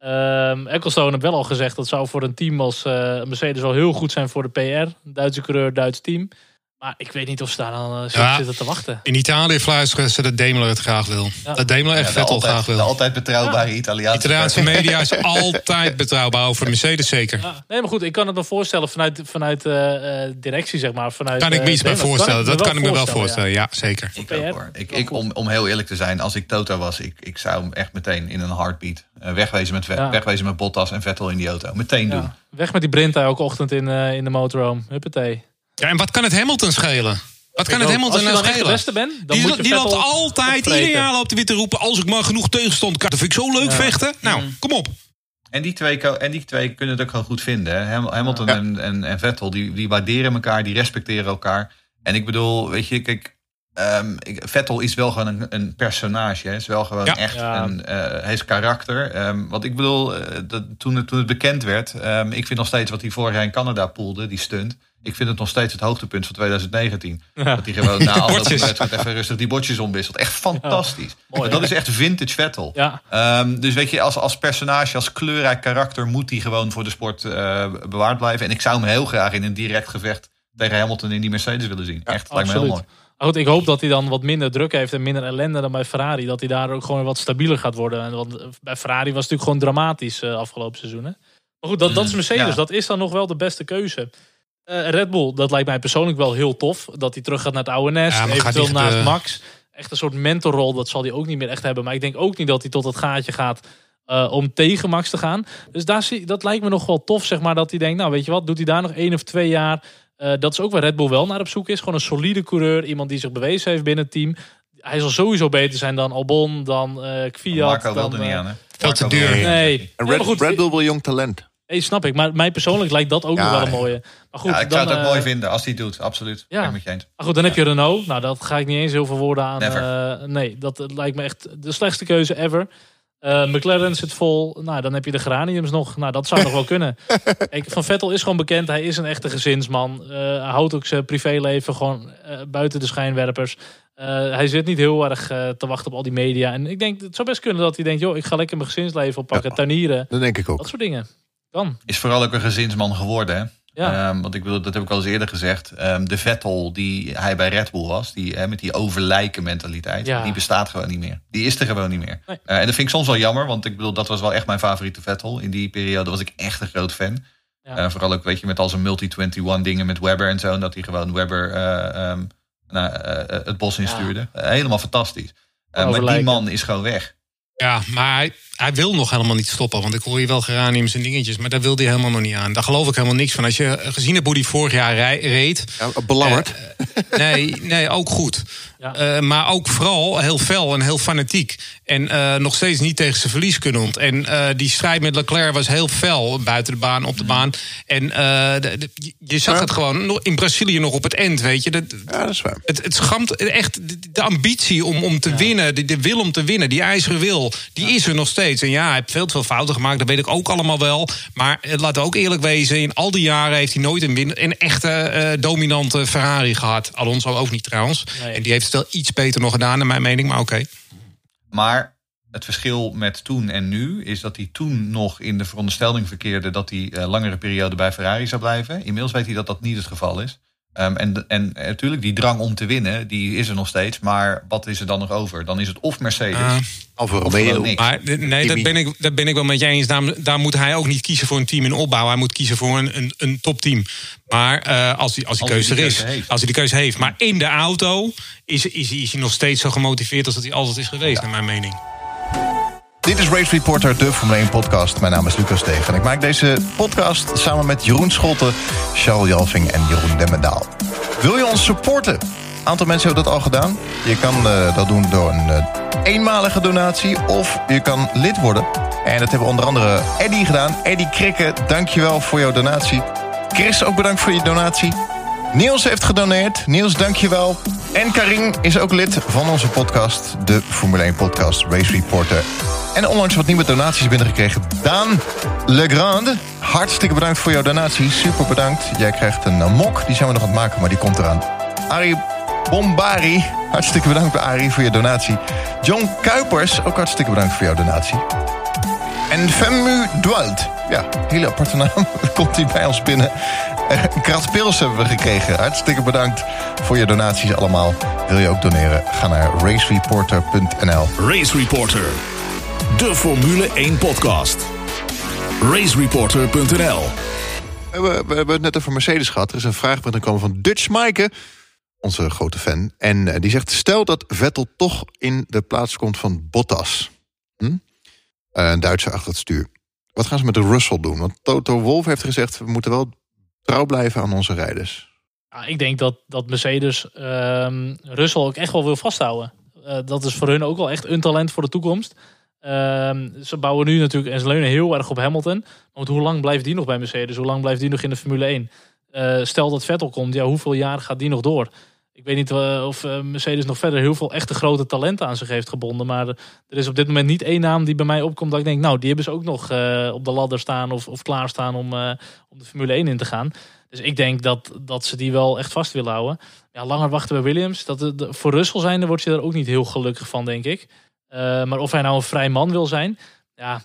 S3: Ehm Ecclestone heeft wel al gezegd dat zou voor een team als uh, Mercedes wel heel goed zijn voor de P R. Duitse coureur, Duits team. Maar ik weet niet of ze daar dan uh,
S5: Ja.
S3: zitten te wachten.
S5: In Italië fluisteren ze dat Daimler het graag wil.
S3: Ja.
S5: Dat Daimler echt
S4: Ja, de
S5: Vettel
S4: altijd,
S5: graag
S4: de
S5: wil.
S4: altijd betrouwbare Italiaanse.
S5: Italiaanse media is altijd betrouwbaar, over Mercedes zeker.
S3: Ja, nee, maar goed, ik kan het me voorstellen vanuit, vanuit uh, uh, directie, zeg maar. Vanuit,
S5: Kan ik me
S3: uh,
S5: iets bij
S3: Daimler.
S5: voorstellen.
S3: Kan ik
S5: Dat
S3: me
S5: kan ik me wel
S3: ja.
S5: voorstellen, ja, zeker.
S4: Ik
S3: P R.
S4: ook hoor. Ik, ik, om, om heel eerlijk te zijn, als ik Toto was, ik, ik zou hem echt meteen in een heartbeat uh, wegwezen, met,
S3: Ja.
S4: wegwezen met Bottas en Vettel in die auto. Meteen doen.
S3: Ja. Weg met die Brinta elke ochtend in, uh, in de motorhome. Huppatee.
S5: Ja, en wat kan het Hamilton schelen? Wat kan het
S3: Als
S5: Hamilton
S3: je
S5: nou
S3: dan echt de
S5: schelen?
S3: beste bent, dan
S5: Die,
S3: moet je
S5: die loopt
S3: Vettel
S5: altijd,
S3: opvreten.
S5: ieder jaar loopt hij weer te roepen, als ik maar genoeg tegenstand krijg, dat vind ik zo leuk
S3: Ja.
S5: vechten. Nou,
S4: Mm.
S5: kom op.
S4: En die twee, ko- en die twee kunnen het ook gewoon goed vinden. Hè? Ham- Hamilton
S2: Ja.
S4: en, en, en Vettel, die, die waarderen elkaar, die respecteren elkaar. En ik bedoel, weet je, kijk, um, ik, Vettel is wel gewoon een, een personage. Hè? Is wel gewoon
S5: Ja.
S4: echt
S3: Ja.
S4: een, uh, hij is karakter. Um, wat ik bedoel, uh, dat, toen, het, toen het bekend werd, um, ik vind nog steeds wat hij vorig jaar in Canada poelde, die stunt. Ik vind het nog steeds het hoogtepunt van twintig negentien.
S3: Ja.
S4: Dat hij gewoon na afloop
S5: Bordjes.
S4: van de wedstrijd even rustig die bordjes omwisselt. Echt fantastisch.
S3: Mooi,
S4: dat
S3: hè?
S4: is echt vintage Vettel.
S3: Ja,
S4: Um, dus weet je, als, als personage, als kleurrijk karakter moet hij gewoon voor de sport uh, bewaard blijven. En ik zou hem heel graag in een direct gevecht tegen Hamilton in die Mercedes willen zien. Echt, dat lijkt me heel mooi.
S3: Maar goed, ik hoop dat hij dan wat minder druk heeft en minder ellende dan bij Ferrari. Dat hij daar ook gewoon wat stabieler gaat worden. En want bij Ferrari was het natuurlijk gewoon dramatisch uh, afgelopen seizoen. Hè? Maar goed, dat, dat is Mercedes.
S4: Ja.
S3: Dat is dan nog wel de beste keuze. Uh, Red Bull, dat lijkt mij persoonlijk wel heel tof. Dat hij terug gaat naar het oude nest.
S5: Ja, maar gaat
S3: eventueel
S5: hij echt,
S3: naast
S5: uh,
S3: Max. Echt een soort mentorrol, dat zal hij ook niet meer echt hebben. Maar ik denk ook niet dat hij tot het gaatje gaat uh, om tegen Max te gaan. Dus daar zie, dat lijkt me nog wel tof, zeg maar. Dat hij denkt, nou weet je wat, doet hij daar nog één of twee jaar. Uh, dat is ook waar Red Bull wel naar op zoek is. Gewoon een solide coureur. Iemand die zich bewezen heeft binnen het team. Hij zal sowieso beter zijn dan Albon, dan uh, Kvyat.
S4: Marco wil
S3: dan,
S4: er niet
S3: uh,
S4: aan, hè?
S5: Veel te
S4: Marco
S5: duur.
S4: wil er niet aan,
S3: Nee.
S4: zegt hij.
S2: En
S3: Ja,
S2: Red,
S3: maar goed,
S2: Red Bull wil jong talent.
S3: Hey, snap ik, maar mij persoonlijk lijkt dat ook
S2: Ja,
S3: nog wel een
S2: ja.
S3: mooie. Maar goed,
S4: Ja, ik
S3: dan,
S4: zou het ook
S3: uh,
S4: mooi vinden als hij het doet, absoluut.
S3: Ja.
S4: Ja. Ik met je eens.
S3: Maar goed, dan heb je Renault. Nou, dat ga ik niet eens heel veel woorden aan.
S4: Never.
S3: Uh, nee, dat lijkt me echt de slechtste keuze ever. Uh, McLaren zit vol. Nou, dan heb je de geraniums nog. Nou, dat zou nog wel kunnen. Kijk, Van Vettel is gewoon bekend. Hij is een echte gezinsman. Uh, hij houdt ook zijn privéleven gewoon uh, buiten de schijnwerpers. Uh, hij zit niet heel erg uh, te wachten op al die media. En ik denk, het zou best kunnen dat hij denkt, joh, ik ga lekker mijn gezinsleven oppakken.
S2: Ja.
S3: Tuinieren.
S2: Dat denk ik ook.
S3: Dat soort dingen. Kan.
S4: Is vooral ook een gezinsman geworden, hè?
S3: Ja.
S4: Um, want ik bedoel, dat heb ik al eens eerder gezegd. Um, de Vettel die hij bij Red Bull was, die, hè, met die overlijken mentaliteit,
S3: Ja.
S4: die bestaat gewoon niet meer. Die is er gewoon niet meer.
S3: Nee.
S4: Uh, en dat vind ik soms wel jammer, want ik bedoel, dat was wel echt mijn favoriete Vettel. In die periode was ik echt een groot fan.
S3: Ja.
S4: Uh, vooral ook, weet je, met al zijn multi eenentwintig dingen met Webber en zo. En dat hij gewoon Webber uh, um, nou, uh, het bos instuurde. Uh, helemaal fantastisch. Uh, maar die
S3: Overlijken.
S4: man is gewoon weg.
S5: Ja, maar hij, hij wil nog helemaal niet stoppen. Want ik hoor je wel geraniums en dingetjes. Maar daar wil hij helemaal nog niet aan. Daar geloof ik helemaal niks van. Als je gezien hebt hoe hij vorig jaar rij, reed.
S2: Ja, belabberd.
S5: Uh, nee, nee, ook goed.
S3: Ja.
S5: Uh, maar ook vooral heel fel en heel fanatiek. En uh, nog steeds niet tegen zijn verlies kunnend. En uh, die strijd met Leclerc was heel fel. Buiten de baan, op de baan. En uh, de, de, je zag
S2: Ja.
S5: het gewoon in Brazilië nog op het eind, weet je. Dat,
S2: Ja, dat is waar.
S5: Het, het schamt echt de, de ambitie om, om te
S3: Ja.
S5: winnen, de, de wil om te winnen, die ijzeren wil, die is er nog steeds. steeds. En ja, hij heeft veel te veel fouten gemaakt, dat weet ik ook allemaal wel. Maar laten we ook eerlijk wezen, in al die jaren heeft hij nooit een, win- een echte uh, dominante Ferrari gehad. Alonso ook niet trouwens. Nee. En die heeft het wel iets beter nog gedaan, naar mijn mening, maar oké. Okay.
S4: Maar het verschil met toen en nu is dat hij toen nog in de veronderstelling verkeerde dat hij uh, langere periode bij Ferrari zou blijven. Inmiddels weet hij dat dat niet het geval is. Um, en, en natuurlijk, die drang om te winnen, die is er nog steeds. Maar wat is er dan nog over? Dan is het of Mercedes uh,
S2: of Romeo.
S5: Maar nee, dat ben, ik, dat ben ik wel met je eens. Daar, daar moet hij ook niet kiezen voor een team in opbouw. Hij moet kiezen voor een, een, een topteam. Maar uh, als die, als die als keuze er is, heeft. als hij die keuze heeft. Maar in de auto is, is, is hij nog steeds zo gemotiveerd als dat hij altijd is geweest, ja. naar mijn mening.
S2: Dit is Race Reporter, de Formule één podcast. Mijn naam is Lucas Steeg en ik maak deze podcast samen met Jeroen Scholten, Charles Jalving en Jeroen Demmendaal. Wil je ons supporten? Een aantal mensen hebben dat al gedaan. Je kan uh, dat doen door een uh, eenmalige donatie of je kan lid worden. En dat hebben onder andere Eddy gedaan. Eddy Krikke, dankjewel voor jouw donatie. Chris, ook bedankt voor je donatie. Niels heeft gedoneerd. Niels, dankjewel. En Karin is ook lid van onze podcast, de Formule één podcast Race Reporter. En onlangs wat nieuwe donaties binnengekregen. Daan Legrand, hartstikke bedankt voor jouw donatie. Super bedankt. Jij krijgt een uh, mok, die zijn we nog aan het maken, maar die komt eraan. Arie Bombari, hartstikke bedankt bij Arie voor je donatie. John Kuipers, ook hartstikke bedankt voor jouw donatie. En Femmu Dwalt, ja, hele aparte naam, komt hij bij ons binnen. Uh, een krat pils hebben we gekregen. Hartstikke bedankt voor je donaties allemaal. Wil je ook doneren? Ga naar racereporter punt n l.
S1: Race Reporter, de Formule één podcast. racereporter punt n l.
S2: We hebben, we hebben het net over Mercedes gehad. Er is een vraag binnengekomen van Dutch Maaike, onze grote fan. En uh, die zegt, stel dat Vettel toch in de plaats komt van Bottas. Hm? Uh, een Duitser achter het stuur. Wat gaan ze met de Russell doen? Want Toto Wolff heeft gezegd, we moeten wel trouw blijven aan onze rijders.
S3: Ja, ik denk dat, dat Mercedes uh, Russell ook echt wel wil vasthouden. Uh, dat is voor hun ook wel echt een talent voor de toekomst. Uh, ze bouwen nu natuurlijk en ze leunen heel erg op Hamilton. Want hoe lang blijft die nog bij Mercedes? Hoe lang blijft die nog in de Formule één? Uh, stel dat Vettel komt, ja, hoeveel jaar gaat die nog door? Ik weet niet uh, of uh, Mercedes nog verder heel veel echte grote talenten aan zich heeft gebonden. Maar er is op dit moment niet één naam die bij mij opkomt dat ik denk, nou, die hebben ze ook nog uh, op de ladder staan of, of klaarstaan om, uh, om de Formule één in te gaan. Dus ik denk dat, dat ze die wel echt vast willen houden. Ja, langer wachten bij Williams. Dat de, de, voor Russell zijnde wordt je daar ook niet heel gelukkig van, denk ik. Uh, maar of hij nou een vrij man wil zijn, ja,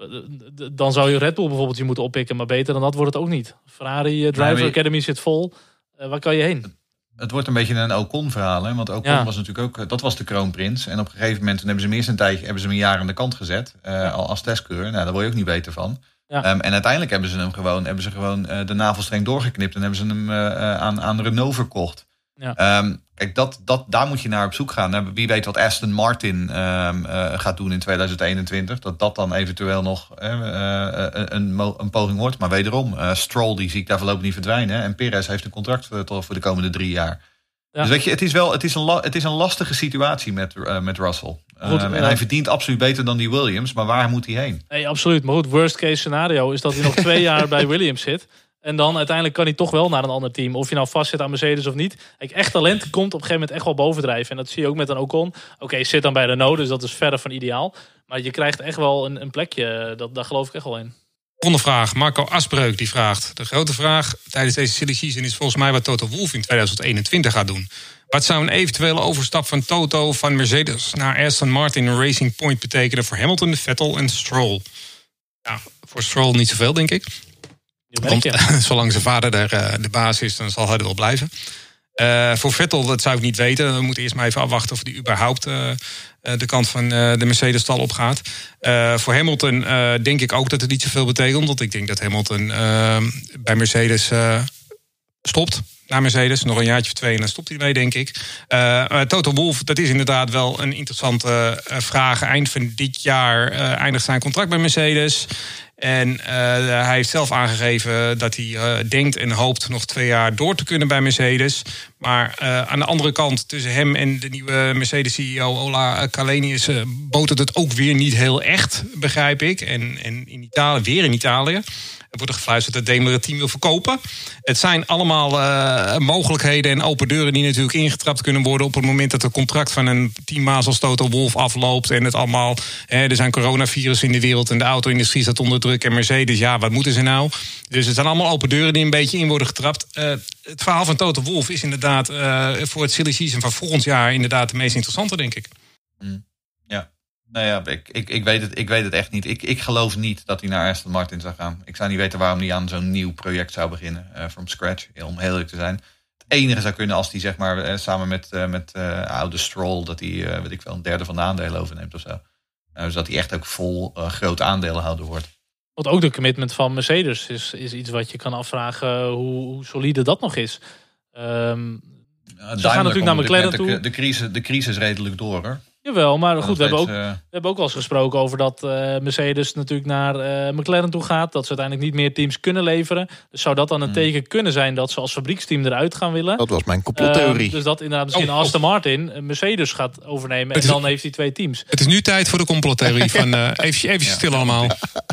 S3: dan zou je Red Bull bijvoorbeeld je moeten oppikken. Maar beter dan dat wordt het ook niet. Ferrari uh, Driver nee, Academy zit vol. Uh, waar kan je heen?
S4: Het wordt een beetje een Ocon-verhaal. Hè? Want Ocon ja. was natuurlijk ook, dat was de kroonprins. En op een gegeven moment hebben ze hem eerst een tijdje, hebben ze hem een jaar aan de kant gezet. Uh, ja. Al als testcoureur. Nou, daar word je ook niet beter van. Ja. Um, en uiteindelijk hebben ze hem gewoon, hebben ze gewoon uh, de navelstreng doorgeknipt. En hebben ze hem uh, uh, aan, aan Renault verkocht. Ja. Um, kijk, dat, dat, daar moet je naar op zoek gaan. Wie weet wat Aston Martin um, uh, gaat doen in tweeduizend eenentwintig. Dat dat dan eventueel nog uh, uh, een, een poging wordt. Maar wederom, uh, Stroll die zie ik daar voorlopig niet verdwijnen. En Perez heeft een contract voor de komende drie jaar. Ja. Dus weet je, het is wel, het is een, la, het is een lastige situatie met, uh, met Russell. Goed, um, en uh, hij verdient absoluut beter dan die Williams. Maar waar moet hij heen? Nee,
S3: absoluut. Maar goed, worst case scenario is dat hij nog twee jaar bij Williams zit. En dan uiteindelijk kan hij toch wel naar een ander team. Of je nou vast zit aan Mercedes of niet. Kijk, echt talent komt op een gegeven moment echt wel bovendrijven. En dat zie je ook met een Ocon. Oké, okay, zit dan bij Renault, dus dat is verre van ideaal. Maar je krijgt echt wel een, een plekje. Dat, daar geloof ik echt wel in.
S5: Volgende vraag. Marco Asbreuk die vraagt. De grote vraag tijdens deze silly season is volgens mij wat Toto Wolff in tweeduizend eenentwintig gaat doen. Wat zou een eventuele overstap van Toto van Mercedes naar Aston Martin Racing Point betekenen voor Hamilton, Vettel en Stroll? Ja, voor Stroll niet zoveel, denk ik. Want zolang zijn vader er, uh, de baas is, dan zal hij er wel blijven. Uh, voor Vettel, dat zou ik niet weten. We moeten eerst maar even afwachten of hij überhaupt uh, de kant van uh, de Mercedes-stal opgaat. Uh, voor Hamilton uh, denk ik ook dat het niet zoveel betekent. Want ik denk dat Hamilton uh, bij Mercedes uh, stopt. Naar Mercedes, nog een jaartje of twee en dan stopt hij ermee, denk ik. Uh, uh, Toto Wolff, dat is inderdaad wel een interessante uh, vraag. Eind van dit jaar uh, eindigt zijn contract bij Mercedes. En uh, hij heeft zelf aangegeven dat hij uh, denkt en hoopt nog twee jaar door te kunnen bij Mercedes. Maar uh, aan de andere kant, tussen hem en de nieuwe Mercedes-C E O Ola Kalenius uh, botert het ook weer niet heel echt, begrijp ik. En, en in Italië, weer in Italië. Er wordt er gefluisterd dat Daimler het team wil verkopen. Het zijn allemaal uh, mogelijkheden en open deuren die natuurlijk ingetrapt kunnen worden op het moment dat het contract van een teammaat als Toto Wolff afloopt. En het allemaal, hè, er zijn coronavirus in de wereld en de auto-industrie staat onder druk. En Mercedes, ja, wat moeten ze nou? Dus het zijn allemaal open deuren die een beetje in worden getrapt. Uh, het verhaal van Toto Wolff is inderdaad uh, voor het silly season van volgend jaar inderdaad de meest interessante, denk ik.
S4: Mm. Ja. Nou ja, ik, ik, ik, weet het, ik weet het echt niet. Ik, ik geloof niet dat hij naar Aston Martin zou gaan. Ik zou niet weten waarom hij aan zo'n nieuw project zou beginnen. Uh, from scratch, om heel eerlijk te zijn. Het enige zou kunnen als hij zeg maar uh, samen met, uh, met uh, oude Stroll... dat hij uh, weet ik wel, een derde van de aandelen overneemt of zo. Uh, dus dat hij echt ook vol uh, groot aandeelhouder wordt.
S3: Want ook de commitment van Mercedes is, is iets wat je kan afvragen hoe, hoe solide dat nog is. Um,
S4: uh,
S3: ze gaan natuurlijk naar McLaren toe.
S4: De, de, crisis, de crisis redelijk door, hoor.
S3: Jawel, maar goed, we hebben, ook,
S4: uh...
S3: we hebben ook wel eens gesproken over dat uh, Mercedes natuurlijk naar uh, McLaren toe gaat. Dat ze uiteindelijk niet meer teams kunnen leveren. Dus zou dat dan een hmm. teken kunnen zijn dat ze als fabrieksteam eruit gaan willen?
S2: Dat was mijn complottheorie.
S3: Uh, dus dat inderdaad misschien oh, Aston Martin Mercedes gaat overnemen. En is, dan heeft hij twee teams.
S5: Het is nu tijd voor de complottheorie van uh, even, even ja. stil allemaal.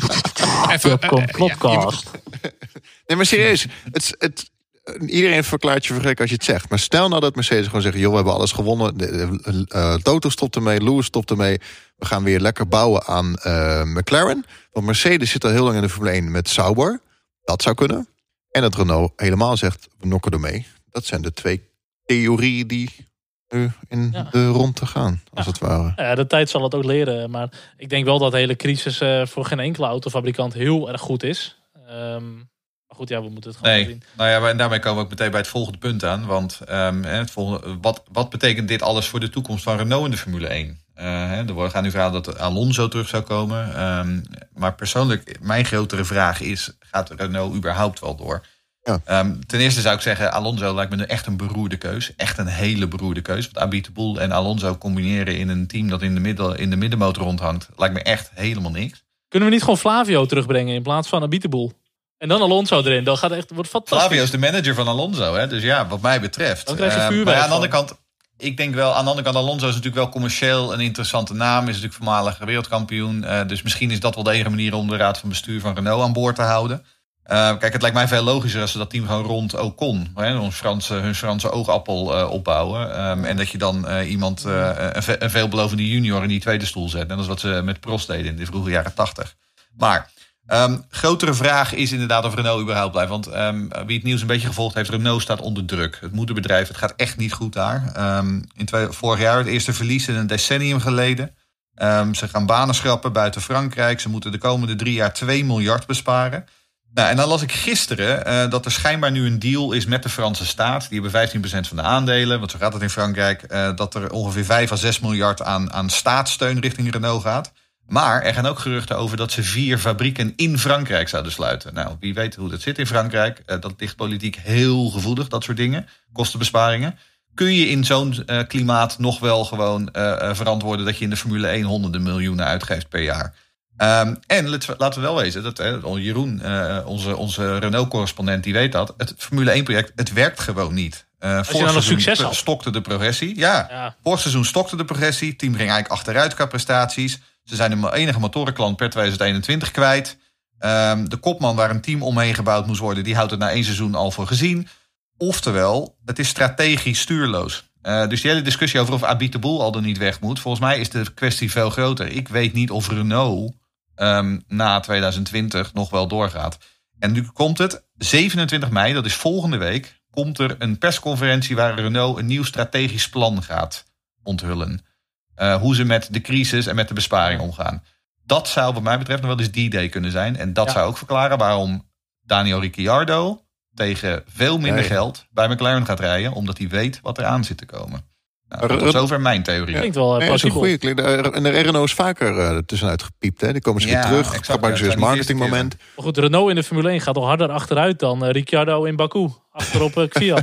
S3: Even, de complotcast.
S2: Uh, ja, nee, maar serieus. Het, het, iedereen verklaart je voor gek als je het zegt. Maar stel nou dat Mercedes gewoon zegt... joh, we hebben alles gewonnen. De, uh, Toto stopt ermee, Lewis stopt ermee. We gaan weer lekker bouwen aan uh, McLaren. Want Mercedes zit al heel lang in de Formule één met Sauber. Dat zou kunnen. En dat Renault helemaal zegt, we nokken ermee. Dat zijn de twee theorieën die uh, in ja. de ronde gaan, als ja. het ware.
S3: Ja, de tijd zal het ook leren. Maar ik denk wel dat de hele crisis uh, voor geen enkele autofabrikant heel erg goed is. Um, Maar goed, ja, we moeten het gewoon
S4: nee.
S3: zien.
S4: Nou ja, en daarmee komen we ook meteen bij het volgende punt aan. Want um, het volgende, wat, wat betekent dit alles voor de toekomst van Renault in de Formule één? Uh, hè, er gaan nu verhalen dat Alonso terug zou komen. Um, maar persoonlijk, mijn grotere vraag is... gaat Renault überhaupt wel door? Ja. Um, ten eerste zou ik zeggen, Alonso lijkt me echt een beroerde keus. Echt een hele beroerde keus. Want Abiteboul en Alonso combineren in een team... dat in de, middel, in de middenmotor rondhangt... lijkt me echt helemaal niks.
S3: Kunnen we niet gewoon Flavio terugbrengen in plaats van Abiteboul? En dan Alonso erin. Dan gaat het echt, wordt fantastisch.
S4: Flavio is de manager van Alonso. Hè? Dus ja, wat mij betreft.
S3: Dan krijg je vuurwerk. Uh,
S4: maar ja, aan de andere kant, ik denk wel, aan de andere kant, Alonso is natuurlijk wel commercieel een interessante naam. Is natuurlijk voormalig wereldkampioen. Uh, dus misschien is dat wel de enige manier om de raad van bestuur van Renault aan boord te houden. Uh, kijk, het lijkt mij veel logischer als ze dat team gewoon rond Ocon, hè, hun Franse, hun Franse oogappel uh, opbouwen. Um, en dat je dan uh, iemand, uh, een, ve- een veelbelovende junior in die tweede stoel zet. En dat is wat ze met Prost deden in de vroege jaren tachtig. Maar... Um, grotere vraag is inderdaad of Renault überhaupt blijft. Want um, wie het nieuws een beetje gevolgd heeft... Renault staat onder druk. Het moederbedrijf, het gaat echt niet goed daar. Um, in twee, vorig jaar het eerste verlies in een decennium geleden. Um, ze gaan banen schrappen buiten Frankrijk. Ze moeten de komende drie jaar twee miljard besparen. Nou, en dan las ik gisteren uh, dat er schijnbaar nu een deal is met de Franse staat. Die hebben vijftien procent van de aandelen. Want zo gaat het in Frankrijk. Uh, dat er ongeveer vijf à zes miljard aan, aan staatssteun richting Renault gaat. Maar er gaan ook geruchten over dat ze vier fabrieken in Frankrijk zouden sluiten. Nou, wie weet hoe dat zit in Frankrijk. Uh, dat ligt politiek heel gevoelig, dat soort dingen. Kostenbesparingen. Kun je in zo'n uh, klimaat nog wel gewoon uh, uh, verantwoorden... dat je in de Formule één honderden miljoenen uitgeeft per jaar? Um, en laten we wel wezen, dat, uh, Jeroen, uh, onze, onze Renault-correspondent, die weet dat. Het Formule één-project, het werkt gewoon niet. Uh,
S3: Als je dan nog succes had.
S4: Stokte de progressie. Ja, ja. Vorig seizoen stokte de progressie. Het team ging eigenlijk achteruit qua prestaties. Ze zijn de enige motorenklant per tweeduizend eenentwintig kwijt. Um, de kopman waar een team omheen gebouwd moest worden... die houdt het na één seizoen al voor gezien. Oftewel, het is strategisch stuurloos. Uh, dus die hele discussie over of Abiteboul al er niet weg moet... volgens mij is de kwestie veel groter. Ik weet niet of Renault um, na tweeduizend twintig nog wel doorgaat. En nu komt het, zevenentwintig mei, dat is volgende week... komt er een persconferentie waar Renault een nieuw strategisch plan gaat onthullen. Uh, hoe ze met de crisis en met de besparing omgaan. Dat zou wat mij betreft nog wel eens D-Day kunnen zijn. En dat ja. zou ook verklaren waarom Daniel Ricciardo... tegen veel minder nee. geld bij McLaren gaat rijden... omdat hij weet wat er aan zit te komen. Nou, dat is zover mijn theorie.
S3: Klinkt wel
S2: nee, dat is een goeie. En de Renault is vaker uh, tussenuit gepiept. Hè. Die komen ze ja, weer terug. Exact, gebruiken ze als marketingmoment.
S3: Maar goed, Renault in de Formule één gaat toch harder achteruit... dan uh, Ricciardo in Baku. Achterop uh, Kvyat.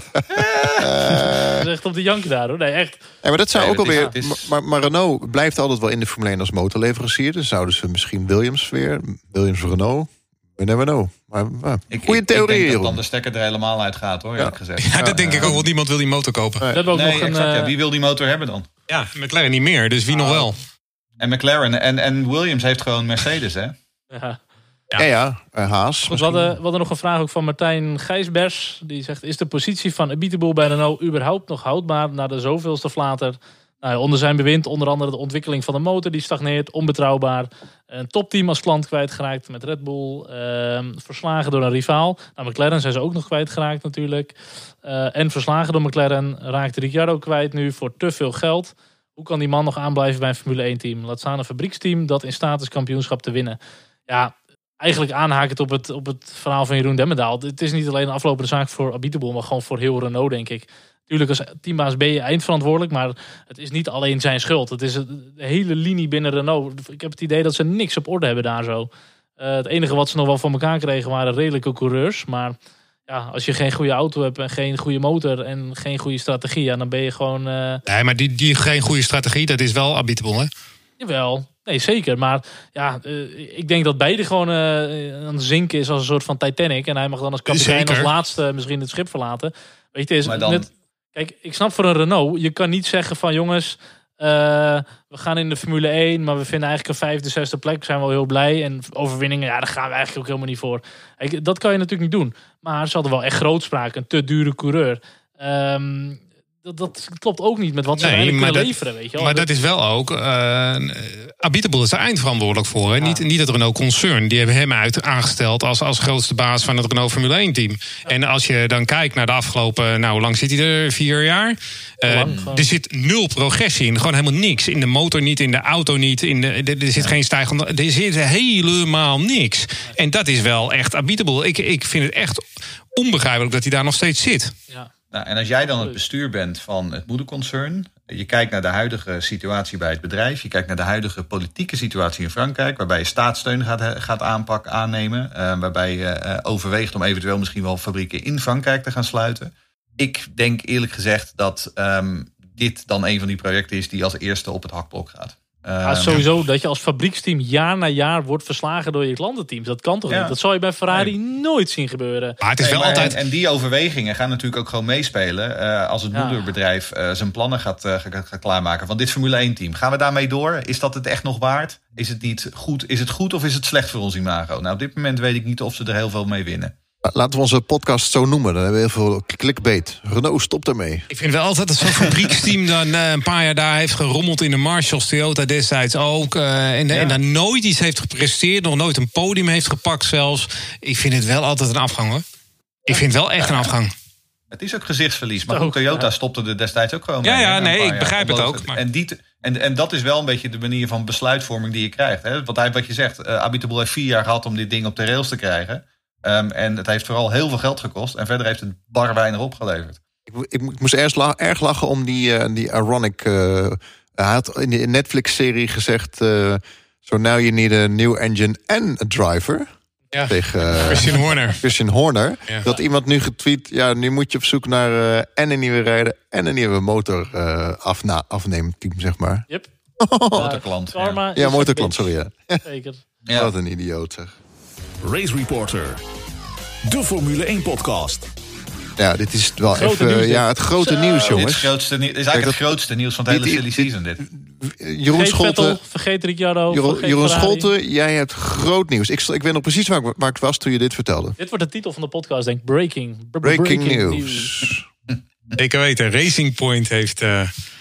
S3: Dat is echt op de jank daar, hoor. Nee, echt.
S2: Ja, maar dat zou
S4: nee,
S2: ook alweer...
S4: Is, is...
S2: Maar, maar Renault blijft altijd wel in de Formule één als motorleverancier. Dus zouden ze misschien Williams weer... Williams Renault... We never know. Maar, maar
S4: Ik,
S2: goeie
S4: ik,
S2: theorie,
S4: ik denk dat
S2: Jeroen.
S4: dan de stekker er helemaal uit gaat, hoor, eerlijk gezegd.
S5: Ja, dat denk ik ook, want niemand wil die motor kopen.
S3: We hebben ook
S4: Nee,
S3: nog een...
S4: exact, ja.
S3: eh,
S4: Wie wil die motor hebben dan?
S5: Ja, McLaren niet meer, dus wie nog wel?
S4: En McLaren en, en Williams heeft gewoon Mercedes, hè?
S3: ja.
S2: Ja, ja. Uh, Haas.
S3: Goed, we, hadden, we hadden nog een vraag ook van Martijn Gijsbers. Die zegt, is de positie van Abiteboul bij Renault überhaupt nog houdbaar na de zoveelste flater? Nou, onder zijn bewind, onder andere de ontwikkeling van de motor, die stagneert, onbetrouwbaar. Een topteam als klant kwijtgeraakt met Red Bull. Uh, verslagen door een rivaal. Nou, McLaren zijn ze ook nog kwijtgeraakt natuurlijk. Uh, en verslagen door McLaren raakt Ricciardo kwijt nu voor te veel geld. Hoe kan die man nog aanblijven bij een Formule één team? Laat staan een fabrieksteam dat in staat is kampioenschap te winnen. Ja, eigenlijk aanhakend op het, op het verhaal van Jeroen Demmendaal. Het is niet alleen een aflopende zaak voor Abiteboul, maar gewoon voor heel Renault, denk ik. Natuurlijk, als teambaas ben je eindverantwoordelijk, maar het is niet alleen zijn schuld. Het is de hele linie binnen Renault. Ik heb het idee dat ze niks op orde hebben daar zo. Uh, het enige wat ze nog wel voor elkaar kregen waren redelijke coureurs. Maar ja, als je geen goede auto hebt en geen goede motor en geen goede strategie, ja, dan ben je gewoon... Uh...
S5: Nee, maar die, die geen goede strategie, dat is wel Abiteboul, hè?
S3: Jawel. Nee, zeker. Maar ja, uh, ik denk dat beide gewoon uh, aan het zinken is als een soort van Titanic. En hij mag dan als kapitein
S5: Zeker.
S3: als laatste misschien het schip verlaten. Weet je, het is
S4: Maar dan-
S3: net... Kijk, ik snap voor een Renault, je kan niet zeggen van jongens, uh, we gaan in de Formule één, maar we vinden eigenlijk een vijfde, zesde plek, zijn wel heel blij. En overwinningen, ja, daar gaan we eigenlijk ook helemaal niet voor. Kijk, dat kan je natuurlijk niet doen. Maar ze hadden wel echt grootspraak, een te dure coureur. Um, dat, dat klopt ook niet met wat ze
S5: Nee,
S3: eigenlijk
S5: maar
S3: kunnen
S5: dat-
S3: leveren, weet je wel.
S5: Maar dat is wel ook... Uh, Abiteboul is er eindverantwoordelijk voor. Hè? Niet, niet het Renault-concern. Die hebben hem uit aangesteld als, als grootste baas van het Renault Formule één-team. Ja. En als je dan kijkt naar de afgelopen... Nou, hoe lang zit hij er? Vier jaar? Uh,
S3: Lang,
S5: er zit nul progressie in. Gewoon helemaal niks. In de motor niet, in de auto niet. In de, er, er zit ja. geen stijgende... Er zit helemaal niks. En dat is wel echt Abiteboul. Ik, ik vind het echt onbegrijpelijk dat hij daar nog steeds zit.
S3: Ja.
S4: Nou, en als jij dan het bestuur bent van het moederconcern, je kijkt naar de huidige situatie bij het bedrijf, je kijkt naar de huidige politieke situatie in Frankrijk, waarbij je staatssteun gaat, gaat aanpakken, aannemen, uh, waarbij je uh, overweegt om eventueel misschien wel fabrieken in Frankrijk te gaan sluiten. Ik denk eerlijk gezegd dat um, dit dan een van die projecten is die als eerste op het hakblok gaat.
S3: Ja, sowieso dat je als fabrieksteam jaar na jaar wordt verslagen door je klantenteams. Dat kan toch ja. niet? Dat zal je bij Ferrari nee. nooit zien gebeuren.
S5: Maar het is
S4: nee,
S5: wel
S4: maar
S5: altijd...
S4: En, en die overwegingen gaan natuurlijk ook gewoon meespelen uh, als het
S3: ja.
S4: moederbedrijf uh, zijn plannen gaat, uh, gaat, gaat klaarmaken van dit Formule één-team. Gaan we daarmee door? Is dat het echt nog waard? Is het niet goed? Is het goed of is het slecht voor ons imago? Nou, op dit moment weet ik niet of ze er heel veel mee winnen.
S2: Laten we onze podcast zo noemen. Dan hebben we heel veel clickbait. Renault, stop ermee.
S5: Ik vind wel altijd dat zo'n fabrieksteam dan uh, een paar jaar daar heeft gerommeld in de Marshalls, Toyota destijds ook. Uh, en, ja. en dan nooit iets heeft gepresteerd. Nog nooit een podium heeft gepakt zelfs. Ik vind het wel altijd een afgang, hoor. Ik vind het wel echt een afgang.
S4: Het is ook gezichtsverlies. Maar goed, Toyota stopte er destijds ook gewoon mee.
S5: Ja, ja, nee, ik
S4: jaar,
S5: begrijp het ook. Maar...
S4: En, die te, en, en dat is wel een beetje de manier van besluitvorming die je krijgt. Hè? Want hij, wat je zegt, uh, Abiteboul heeft vier jaar gehad om dit ding op de rails te krijgen. Um, en het heeft vooral heel veel geld gekost. En verder heeft het bar weinig opgeleverd.
S2: Ik, ik, ik moest erg, la, erg lachen om die, uh, die ironic... Uh, hij had in de Netflix-serie gezegd... Uh, so now you need a new engine and a driver.
S5: Ja.
S2: Tegen uh,
S5: Christian Horner.
S2: Christian Horner.
S5: Ja.
S2: Dat iemand nu getweet... Ja, nu moet je op zoek naar uh, en een nieuwe rijder... en een nieuwe motor uh, afna, afneemteam, zeg maar.
S3: Yep.
S4: Motorklant.
S3: Uh,
S4: ja,
S2: ja motorklant, sorry. Ja.
S3: Zeker.
S4: Ja.
S2: Wat een idioot, zeg.
S1: Race Reporter, de Formule één podcast.
S2: Ja, dit is wel
S3: Grote
S2: even
S3: nieuws,
S2: ja, het grote
S3: Zo.
S2: nieuws,
S4: Dit
S2: jongens.
S4: is, het grootste, dit is eigenlijk
S2: Kijk,
S4: het grootste nieuws van het hele
S2: dit-
S4: silly
S2: dit-
S4: season. Dit.
S2: Jeroen
S3: Vergeet
S2: Scholte,
S3: Vettel, vergeet Ricciardo.
S2: Jeroen,
S3: vergeet
S2: Jeroen
S3: Ferrari.
S2: Scholte, jij hebt groot nieuws. Ik, ik weet nog precies waar ik, waar ik was toen je dit vertelde.
S3: Dit wordt de titel van de podcast, denk ik. Breaking. B-
S2: Breaking, news.
S5: Zeker weten, Racing Point heeft uh,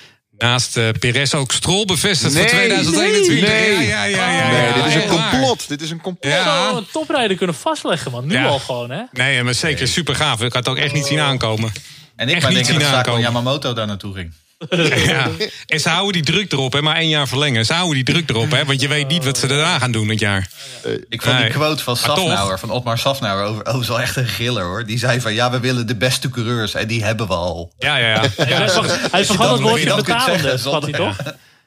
S5: naast uh, Perez ook Stroll bevestigd
S2: Nee,
S5: voor tweeduizend eenentwintig.
S2: nee.
S5: Ja, ja, ja, ja,
S2: Nee,
S5: ja,
S2: dit is een
S5: echt waar.
S2: complot. Dit is een complot.
S5: Ja.
S3: Zou een toprijder kunnen vastleggen, man. Nu
S5: Ja.
S3: al gewoon, hè?
S5: Nee, maar zeker super gaaf. Ik had het ook echt niet zien aankomen.
S4: En ik
S5: Echt
S4: maar
S5: niet
S4: denk dat
S5: zien
S4: Sako
S5: aankomen.
S4: Yamamoto daar naartoe ging.
S5: Ja. En ze houden die druk erop, hè, maar één jaar verlengen. Ze houden die druk erop, hè, want je weet niet wat ze daarna gaan doen het jaar.
S4: Ik vond
S5: Nee.
S4: die quote van
S5: Maar
S4: Safnauer, van Otmar Safnauer, over, over wel echt een giller, hoor. Die zei van, ja, we willen de beste coureurs en die hebben we al.
S5: Ja, ja, ja.
S3: Hij, hij vergat het
S4: dat
S3: woordje
S4: je dan kunt
S3: betalende,
S4: zeggen
S3: schat hij
S4: zonder-
S3: toch?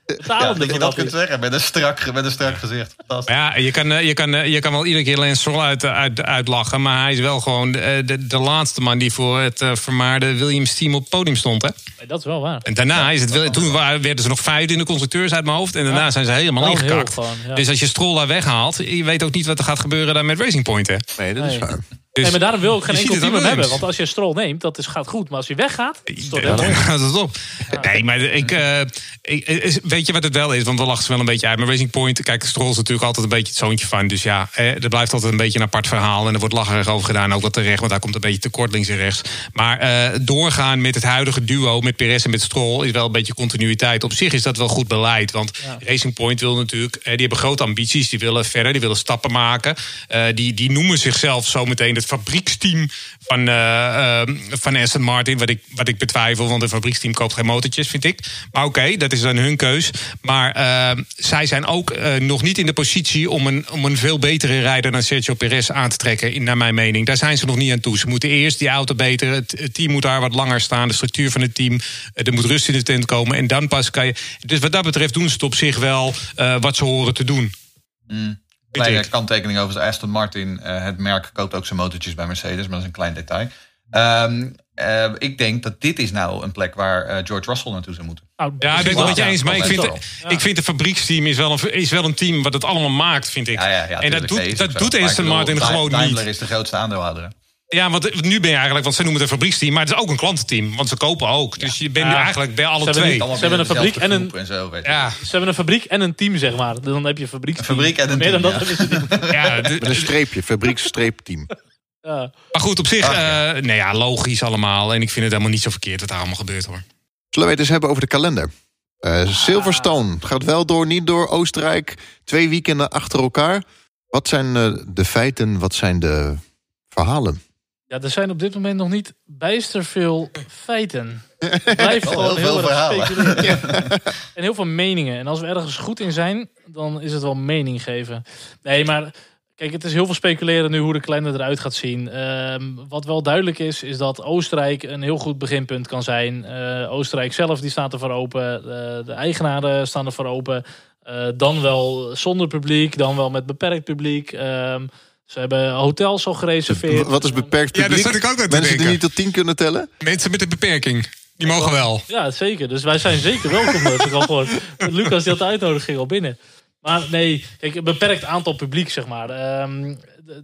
S3: betalende.
S4: dat je dat kunt zeggen met een strak, met een strak gezicht. Fantastisch.
S5: Ja, je kan, je, kan, je kan wel iedere keer Lance Stroll uit, uit, uitlachen. Maar hij is wel gewoon de, de, de laatste man die voor het uh, vermaarde Williams team op het podium stond. Hè?
S3: Nee, dat is wel waar.
S5: En daarna
S3: ja,
S5: is het wel, toen werden ze nog vijfde in de constructeurs uit mijn hoofd. En daarna ja. zijn ze helemaal
S3: wel
S5: ingekakt.
S3: Gewoon, ja.
S5: Dus als je Stroll daar weghaalt, je weet ook niet wat er gaat gebeuren daar met Racing Point. Hè?
S2: Nee, dat is waar.
S5: Dus
S3: nee, maar daarom wil ik geen enkel team hebben.
S5: Eens.
S3: Want als je Stroll neemt, dat is, gaat goed. Maar als hij weggaat, is het
S5: dan gaat het op. Ja. Nee, maar ik, uh, ik, weet je wat het wel is? Want we lachen ze wel een beetje uit. Maar Racing Point, kijk, Stroll is natuurlijk altijd een beetje het zoontje van. Dus ja, eh, er blijft altijd een beetje een apart verhaal. En er wordt lacherig over gedaan, ook wel terecht. Want daar komt een beetje tekort links en rechts. Maar uh, doorgaan met het huidige duo, met Perez en met Stroll, is wel een beetje continuïteit. Op zich is dat wel goed beleid. Want ja. Racing Point wil natuurlijk, eh, die hebben grote ambities. Die willen verder, die willen stappen maken. Uh, die, die noemen zichzelf zometeen het fabrieksteam van, uh, uh, van Aston Martin. Wat ik, wat ik betwijfel, want een fabrieksteam koopt geen motortjes, vind ik. Maar oké, okay, dat is dan hun keus. Maar uh, zij zijn ook uh, nog niet in de positie om een, om een veel betere rijder dan Sergio Perez aan te trekken, in, naar mijn mening. Daar zijn ze nog niet aan toe. Ze moeten eerst die auto beter, het, het team moet daar wat langer staan, de structuur van het team, uh, er moet rust in de tent komen en dan pas kan je. Dus wat dat betreft doen ze het op zich wel uh, wat ze horen te doen.
S4: Mm. Kleine kanttekening over Aston Martin. Uh, het merk koopt ook zijn motortjes bij Mercedes, maar dat is een klein detail. Um, uh, ik denk dat dit is nou een plek waar uh, George Russell naartoe zou moeten.
S3: Oh,
S5: ja, ik ben het wel met je eens, maar ik vind, ja. ik vind het fabrieksteam is wel, een, is wel een team wat het allemaal maakt, vind ik.
S4: Ja, ja, ja,
S5: en dat doet,
S4: nee,
S5: dat doet Aston Martin bedoel, gewoon
S4: Daimler
S5: niet.
S4: Daimler is de grootste aandeelhouder.
S5: Ja, want nu ben je eigenlijk, want ze noemen het een fabrieksteam, maar het is ook een klantenteam, want ze kopen ook. Ja. Dus je bent ja. nu eigenlijk bij alle
S3: ze
S5: twee.
S3: Hebben, ze hebben een fabriek en een,
S4: en zo, weet
S3: ja. Ze hebben een fabriek en een team, zeg maar. Dan heb je een fabrieksteam.
S4: Een fabriek en een
S3: Meer
S4: team.
S3: dan dat
S4: ja.
S3: hebben ze niet.
S5: Ja, de,
S2: met een streepje, fabrieksstreepteam.
S3: Ja.
S5: Maar goed, op zich,
S4: Ach, ja.
S5: uh, nou ja, logisch allemaal. En ik vind het helemaal niet zo verkeerd wat daar allemaal gebeurt, hoor.
S2: Zullen we het eens hebben over de kalender? Uh, Silverstone gaat wel door, niet door. Oostenrijk, twee weekenden achter elkaar. Wat zijn uh, de feiten, wat zijn de verhalen?
S3: Ja, er zijn op dit moment nog niet bijster veel feiten. Het blijft
S4: oh,
S3: gewoon
S4: heel,
S3: heel erg speculeren.
S4: Ja.
S3: En heel veel meningen. En als we ergens goed in zijn, dan is het wel mening geven. Nee, maar kijk, het is heel veel speculeren nu hoe de kalender eruit gaat zien. Uh, wat wel duidelijk is, is dat Oostenrijk een heel goed beginpunt kan zijn. Uh, Oostenrijk zelf, die staat er voor open. Uh, de eigenaren staan er voor open. Uh, dan wel zonder publiek, dan wel met beperkt publiek. Uh, Ze hebben hotels al gereserveerd.
S2: Wat is beperkt publiek?
S5: Ja, dat zat ik ook aan te
S2: Mensen
S5: denken.
S2: die niet tot tien kunnen tellen?
S5: Mensen met een beperking. Die mogen wel.
S3: Ja, zeker. Dus wij zijn zeker welkom. Dat ik al gewoon, Lucas die had de uitnodiging al binnen. Maar nee, kijk, een beperkt aantal publiek, zeg maar. Um,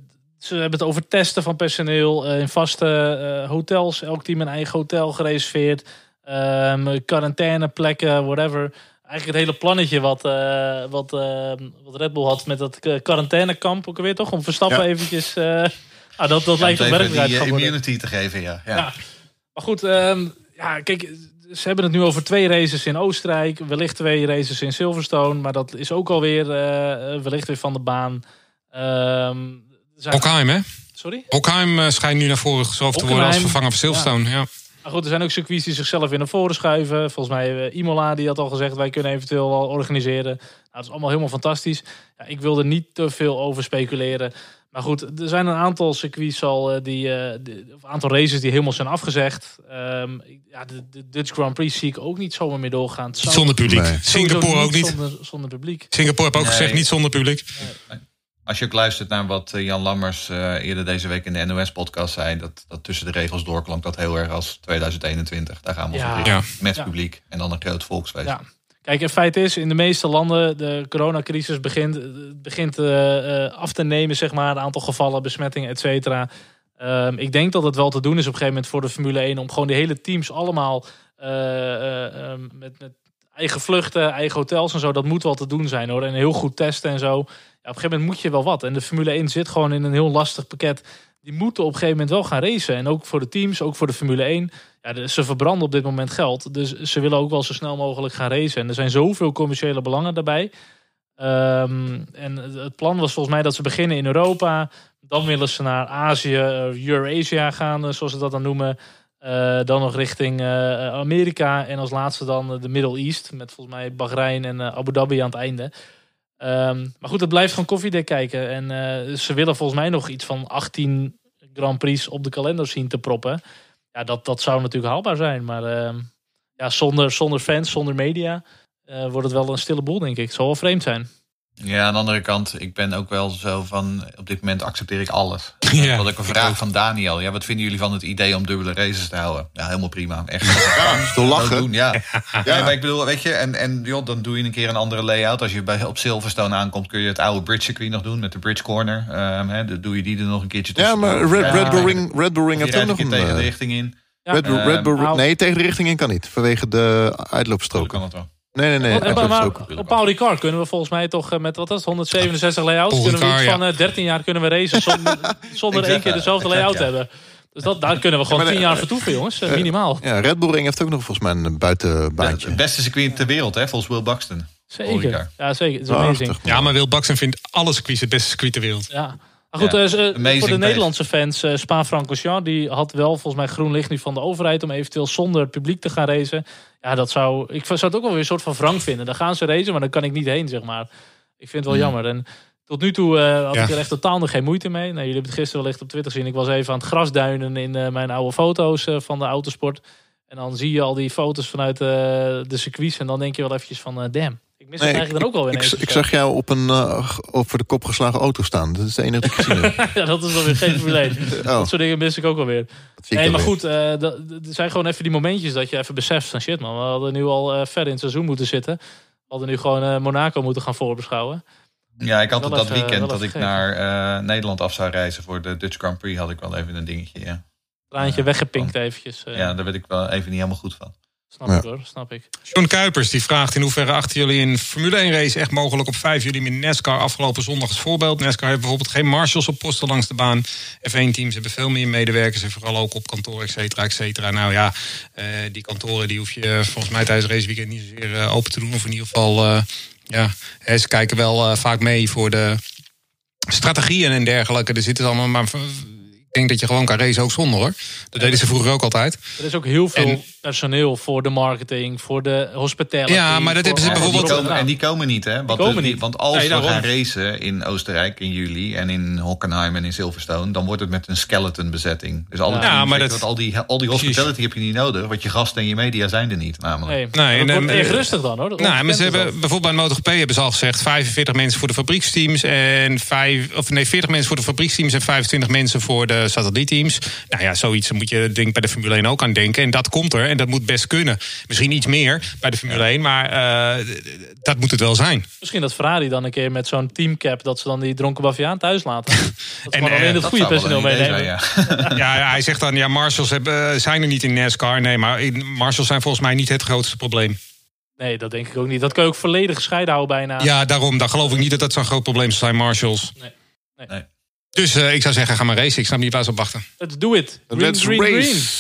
S3: ze hebben het over testen van personeel. Uh, in vaste uh, hotels. Elk team een eigen hotel gereserveerd. Um, quarantaineplekken, whatever. Eigenlijk het hele plannetje wat, uh, wat, uh, wat Red Bull had met dat quarantainekamp ook weer, toch? Om Verstappen ja. eventjes... Uh, nou, dat dat ja, lijkt toch werkelijkheid
S4: die
S3: gaan worden.
S4: immunity te geven, ja. ja.
S3: ja. Maar goed, um, ja, kijk, ze hebben het nu over twee races in Oostenrijk. Wellicht twee races in Silverstone. Maar dat is ook alweer uh, wellicht weer van de baan. Um,
S5: zijn... Hockenheim, hè?
S3: Sorry?
S5: Hockenheim uh, schijnt nu naar voren geschoven te worden als vervanger van Silverstone, ja. ja.
S3: Maar goed, er zijn ook circuits die zichzelf weer naar voren schuiven. Volgens mij uh, Imola, die had al gezegd, wij kunnen eventueel wel organiseren. Nou, dat is allemaal helemaal fantastisch. Ja, ik wil er niet te veel over speculeren. Maar goed, er zijn een aantal circuits al, die, uh, die, of een aantal races die helemaal zijn afgezegd. Um, ja, de, de Dutch Grand Prix zie ik ook niet zomaar meer doorgaan. Zou...
S5: Zonder publiek. Nee. Singapore ook niet.
S3: Zonder, zonder publiek.
S5: Singapore heb ook nee. gezegd, niet zonder publiek.
S4: Nee. Als je ook luistert naar wat Jan Lammers uh, eerder deze week in de N O S-podcast zei, dat, dat tussen de regels doorklonk dat heel erg als tweeduizend eenentwintig. Daar gaan we ja. ja. met ja. publiek en dan een groot volksfeest. Ja.
S3: Kijk, het feit is, in de meeste landen, de coronacrisis begint, begint uh, uh, af te nemen, zeg maar, het aantal gevallen, besmettingen, et cetera. Um, ik denk dat het wel te doen is op een gegeven moment voor de Formule één om gewoon de hele teams allemaal uh, uh, um, met, met eigen vluchten, eigen hotels en zo, dat moet wel te doen zijn, hoor. En heel goed testen en zo. Ja, op een gegeven moment moet je wel wat. En de Formule één zit gewoon in een heel lastig pakket. Die moeten op een gegeven moment wel gaan racen. En ook voor de teams, ook voor de Formule één. Ja, de, ze verbranden op dit moment geld. Dus ze willen ook wel zo snel mogelijk gaan racen. En er zijn zoveel commerciële belangen daarbij. Um, en het plan was volgens mij dat ze beginnen in Europa. Dan willen ze naar Azië, Eurasia gaan, zoals ze dat dan noemen. Uh, dan nog richting uh, Amerika. En als laatste dan de Middle East. Met volgens mij Bahrein en uh, Abu Dhabi aan het einde. Um, maar goed, het blijft gewoon koffiedik kijken. En uh, ze willen volgens mij nog iets van achttien Grand Prix op de kalender zien te proppen. Ja, dat, dat zou natuurlijk haalbaar zijn. Maar uh, ja, zonder, zonder fans, zonder media. uh, wordt het wel een stille boel, denk ik. Het zal wel vreemd zijn.
S4: Ja, aan de andere kant, ik ben ook wel zo van... op dit moment accepteer ik alles.
S5: Ja.
S4: Wat ik een vraag van Daniel. Ja, wat vinden jullie van het idee om dubbele races te houden? Ja, helemaal prima. Echt.
S2: Ja, is toch lachen?
S4: Doen, ja.
S2: Ja.
S4: Ja, maar ik bedoel, weet je, en, en joh, dan doe je een keer een andere layout. Als je bij, op Silverstone aankomt, kun je het oude bridge circuit nog doen met de bridge corner. Um, hè, dan doe je die er nog een keertje tussen.
S2: Ja, maar Red,
S4: Ja,
S2: Red Bull Ring, Red Bull Ring
S4: of je
S2: heeft ook
S4: rijdt
S2: nog
S4: een keer
S2: een...
S4: tegen de
S2: uh,
S4: richting in.
S3: Ja.
S2: Red Bull, Red Bull,
S3: nou-
S2: nee, tegen de richting in kan niet. Vanwege de
S4: Zo
S2: uitloopstroken.
S4: kan het wel.
S2: Nee, nee, nee.
S3: Maar, maar,
S2: uitloopstroken.
S3: maar op Paul Ricard kunnen we volgens mij toch uh, met wat was het, honderdzevenenzestig layouts...
S5: Paul
S3: kunnen we iets
S5: Ricard,
S3: van uh, dertien jaar kunnen we racen zonder, zonder
S4: Exact,
S3: één keer
S4: ja.
S3: dezelfde
S4: Exact,
S3: layout
S4: ja.
S3: hebben. Dus dat, daar kunnen we gewoon
S2: Ja, maar
S3: tien
S2: de-
S3: jaar vertoeven, jongens. Uh, minimaal.
S2: Ja, Red Bull Ring heeft ook nog volgens mij een buitenbaantje.
S4: Het beste circuit ter wereld, hè, volgens Will Buxton.
S3: Zeker.
S4: Ricard.
S3: Ja, zeker. Het is amazing.
S2: Prachtig.
S5: Ja, maar Will Buxton vindt alle circuits het beste circuit ter wereld.
S3: Ja. Maar goed,
S4: Ja.
S3: uh, uh,
S4: Amazing
S3: voor de
S4: pace.
S3: Nederlandse fans, uh, Spa-Francorchamps... die had wel volgens mij groen licht nu van de overheid... om eventueel zonder publiek te gaan racen. Ja, dat zou... Ik zou het ook wel weer een soort van wrang vinden. Dan gaan ze racen, maar dan kan ik niet heen, zeg maar. Ik vind het wel
S4: Hmm.
S3: jammer. En tot nu toe uh, had
S5: Ja.
S3: ik er echt totaal nog geen moeite mee. Nou, jullie hebben het gisteren wellicht op Twitter gezien. Ik was even aan het grasduinen in uh, mijn oude foto's uh, van de autosport. En dan zie je al die foto's vanuit uh, de circuits... en dan denk je wel eventjes van, uh, damn... Ik mis
S2: Nee,
S3: het eigenlijk dan ook wel weer
S2: Ik,
S3: ineens.
S2: ik zag jou op een uh, over de kop geslagen auto staan. Dat is de enige die ik gezien heb.
S3: Ja, dat is dan weer geen probleem.
S2: Oh,
S3: Dat soort dingen mis ik ook alweer.
S2: dat zie ik
S3: Nee, maar
S2: alweer.
S3: goed, uh, er zijn gewoon even die momentjes dat je even beseft van shit man. We hadden nu al uh, ver in het seizoen moeten zitten. We hadden nu gewoon uh, Monaco moeten gaan voorbeschouwen.
S4: Ja, ik had
S3: Wel
S4: het dat
S3: even-
S4: weekend
S3: wel
S4: dat
S3: even
S4: ik
S3: geven.
S4: naar uh, Nederland af zou reizen voor de Dutch Grand Prix, had ik wel even een dingetje. Ja,
S3: Traantje
S4: Ja,
S3: weggepinkt eventjes. Uh,
S4: ja daar werd ik wel even niet helemaal goed van.
S3: Snap
S2: Ja.
S3: ik hoor, snap ik.
S5: John Kuipers die vraagt in hoeverre achten jullie een Formule één race echt mogelijk op vijf juli met NASCAR afgelopen zondag als voorbeeld. NASCAR heeft bijvoorbeeld geen marshals op posten langs de baan. F één teams hebben veel meer medewerkers en vooral ook op kantoor, et cetera, et cetera. Nou ja, uh, die kantoren die hoef je uh, volgens mij tijdens het raceweekend niet zozeer uh, open te doen. Of in ieder geval, uh, ja, hè, ze kijken wel uh, vaak mee voor de strategieën en dergelijke. Er zitten allemaal maar... Ik denk dat je gewoon kan racen ook zonder hoor. Dat deden ze vroeger ook altijd.
S3: Er is ook heel veel
S5: En-
S3: personeel voor de marketing, voor de hospitality.
S5: Ja, maar dat
S3: voor
S5: hebben ze
S3: alles
S5: bijvoorbeeld-
S4: Die
S3: erop
S4: komen,
S3: en
S4: en die komen niet, hè? Want,
S3: komen
S4: die-
S3: niet.
S4: want als
S3: Nee,
S4: we
S3: daarom.
S4: gaan racen in Oostenrijk in juli en in Hockenheim en in Silverstone, dan wordt het met een skeleton bezetting. Dus alle
S3: Ja.
S4: teams,
S5: Ja, maar
S4: weet je
S5: dat-
S4: wat, al die, al die
S5: Precies.
S4: hospitality heb je niet nodig, want je gasten en je media zijn er niet, namelijk.
S3: Nee,
S5: Nee,
S3: dat
S5: en-
S3: wordt
S5: en-
S3: echt rustig dan hoor. Dat
S5: Nou, maar
S3: ontkent
S5: ze
S3: het
S5: hebben
S3: al.
S5: bijvoorbeeld bij MotoGP hebben ze al gezegd vijfenveertig mensen voor de fabrieksteams en vijf, of nee, veertig mensen voor de fabrieksteams en vijfentwintig mensen voor de satellietteams. Nou ja, zoiets moet je denk ik bij de Formule één ook aan denken. En dat komt er en dat moet best kunnen. Misschien iets meer bij de Formule één, maar uh, dat moet het wel zijn.
S3: Misschien dat Ferrari dan een keer met zo'n teamcap dat ze dan die dronken baviaan thuis laten. Dat ze
S5: En,
S3: gewoon alleen
S5: eh,
S3: het
S4: Dat
S3: goede
S4: zou wel
S3: personeel
S4: een idee
S3: meenemen.
S4: zijn, ja.
S5: Ja, ja, hij zegt dan, ja, marshals hebben, zijn er niet in NASCAR. Nee, maar in- marshals zijn volgens mij niet het grootste probleem.
S3: Nee, dat denk ik ook niet. Dat kun je ook volledig gescheiden houden bijna.
S5: Ja, daarom, dan geloof ik niet dat dat zo'n groot probleem zou zijn, marshals.
S3: Nee. Nee.
S4: Nee.
S5: Dus uh, ik zou zeggen, ga maar racen. Ik snap niet waar ze op wachten.
S3: Let's do it. Green,
S2: Let's
S3: green,
S2: race.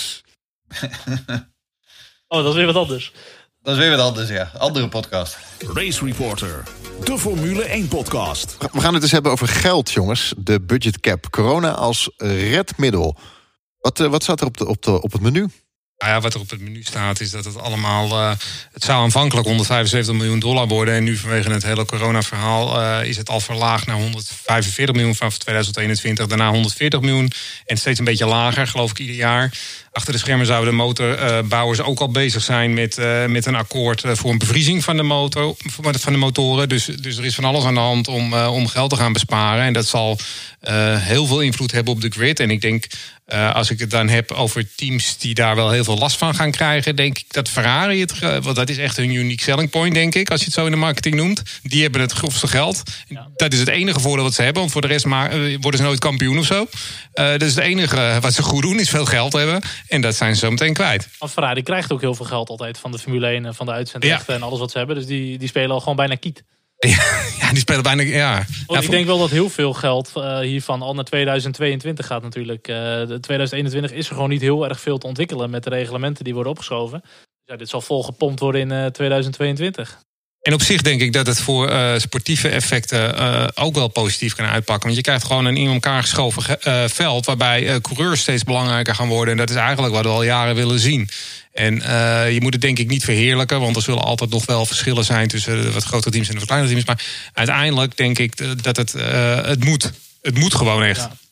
S3: green. Oh, dat is weer wat anders.
S4: Dat is weer wat anders, ja. Andere podcast.
S1: Race Reporter, de Formule één podcast.
S2: We gaan het eens hebben over geld, jongens. De budgetcap. Corona als redmiddel. Wat, uh, wat staat er op, de, op, de, op het menu?
S5: Nou ja, wat er op het menu staat is dat het allemaal... Uh, het zou aanvankelijk honderdvijfenzeventig miljoen dollar worden. En nu vanwege het hele corona-verhaal uh, is het al verlaagd naar honderdvijfenveertig miljoen vanaf tweeduizend eenentwintig. Daarna honderdveertig miljoen. En steeds een beetje lager, geloof ik, ieder jaar. Achter de schermen zouden de motorbouwers ook al bezig zijn met, uh, met een akkoord voor een bevriezing van de, motor, van de motoren. Dus, dus er is van alles aan de hand om, uh, om geld te gaan besparen. En dat zal uh, heel veel invloed hebben op de grid. En ik denk, uh, als ik het dan heb over teams die daar wel heel veel last van gaan krijgen, denk ik dat Ferrari het, want dat is echt hun unique selling point, denk ik, als je het zo in de marketing noemt. Die hebben het grofste geld. Ja. Dat is het enige voordeel wat ze hebben, want voor de rest maar, uh, worden ze nooit kampioen of zo. Uh, dat is het enige wat ze goed doen, is veel geld hebben. En dat zijn ze zo meteen kwijt.
S3: Want Ferrari krijgt ook heel veel geld altijd van de Formule één en van de uitzendrechten
S5: Ja.
S3: en alles wat ze hebben. Dus die, die spelen al gewoon bijna kiet.
S5: Ja, die spelen bijna... Ja.
S3: Oh,
S5: ja,
S3: ik
S5: voor...
S3: denk wel dat heel veel geld uh, hiervan al naar tweeduizend tweeëntwintig gaat natuurlijk. Uh, de tweeduizend eenentwintig is er gewoon niet heel erg veel te ontwikkelen met de reglementen die worden opgeschoven. Dus ja, dit zal vol gepompt worden in uh, tweeduizend tweeëntwintig.
S5: En op zich denk ik dat het voor uh, sportieve effecten uh, ook wel positief kan uitpakken. Want je krijgt gewoon een in elkaar geschoven uh, veld waarbij uh, coureurs steeds belangrijker gaan worden. En dat is eigenlijk wat we al jaren willen zien. En uh, je moet het denk ik niet verheerlijken, want er zullen altijd nog wel verschillen zijn tussen de wat grotere teams en de wat kleinere teams. Maar uiteindelijk denk ik dat het, uh, het moet. Het moet gewoon echt.
S3: Ja.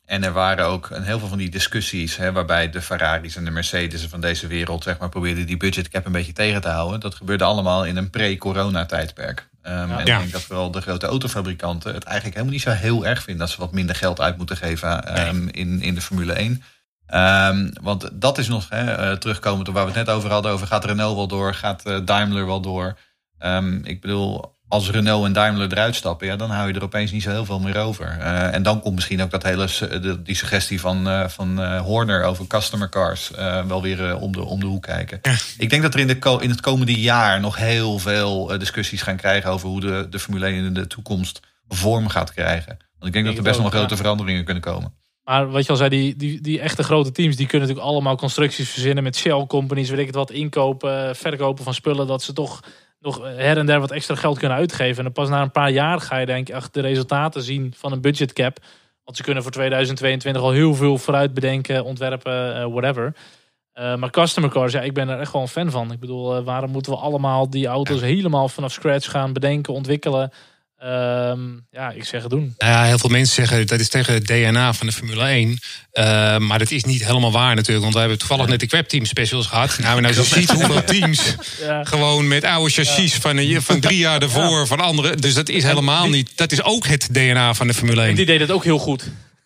S4: En er waren ook een heel veel van die discussies, hè, waarbij de Ferraris en de Mercedes van deze wereld, zeg maar, probeerden die budgetcap een beetje tegen te houden. Dat gebeurde allemaal in een pre-corona tijdperk. Um, ja. En ik denk dat vooral de grote autofabrikanten het eigenlijk helemaal niet zo heel erg vinden dat ze wat minder geld uit moeten geven um, nee. in, in de Formule één. Um, want dat is nog, hè, uh, terugkomend op waar we het net over hadden, over gaat Renault wel door, gaat uh, Daimler wel door. Um, ik bedoel, als Renault en Daimler eruit stappen, ja, dan hou je er opeens niet zo heel veel meer over. Uh, en dan komt misschien ook dat hele, de, die suggestie van, uh, van uh, Horner over customer cars uh, wel weer uh, om, de, om de hoek kijken. Ja. Ik denk dat er in, de, in het komende jaar nog heel veel uh, discussies gaan krijgen over hoe de, de Formule één in de toekomst vorm gaat krijgen. Want ik denk dat er best wel grote veranderingen kunnen komen.
S3: Maar wat je al zei, die, die, die echte grote teams, die kunnen natuurlijk allemaal constructies verzinnen met shell companies, weet ik het wat, inkopen, verkopen van spullen, dat ze toch nog her en der wat extra geld kunnen uitgeven. En dan pas na een paar jaar ga je denk ik echt de resultaten zien van een budgetcap. Want ze kunnen voor tweeduizend tweeëntwintig al heel veel vooruit bedenken, ontwerpen, uh, whatever. Uh, maar customer cars, ja, ik ben er echt wel een fan van. Ik bedoel, uh, waarom moeten we allemaal die auto's helemaal vanaf scratch gaan bedenken, ontwikkelen? Um, ja, ik zeg het doen.
S5: Nou ja, heel veel mensen zeggen dat is tegen het D N A van de Formule één. Uh, maar dat is niet helemaal waar natuurlijk. Want we hebben toevallig net de Crab Team specials gehad. Nou, we nou zo ziet hoeveel teams ja. gewoon met oude chassis ja. van, een, van drie jaar ervoor, ja. van anderen. Dus dat is helemaal niet. Dat is ook het D N A van de Formule één.
S3: Die deed het ook heel goed.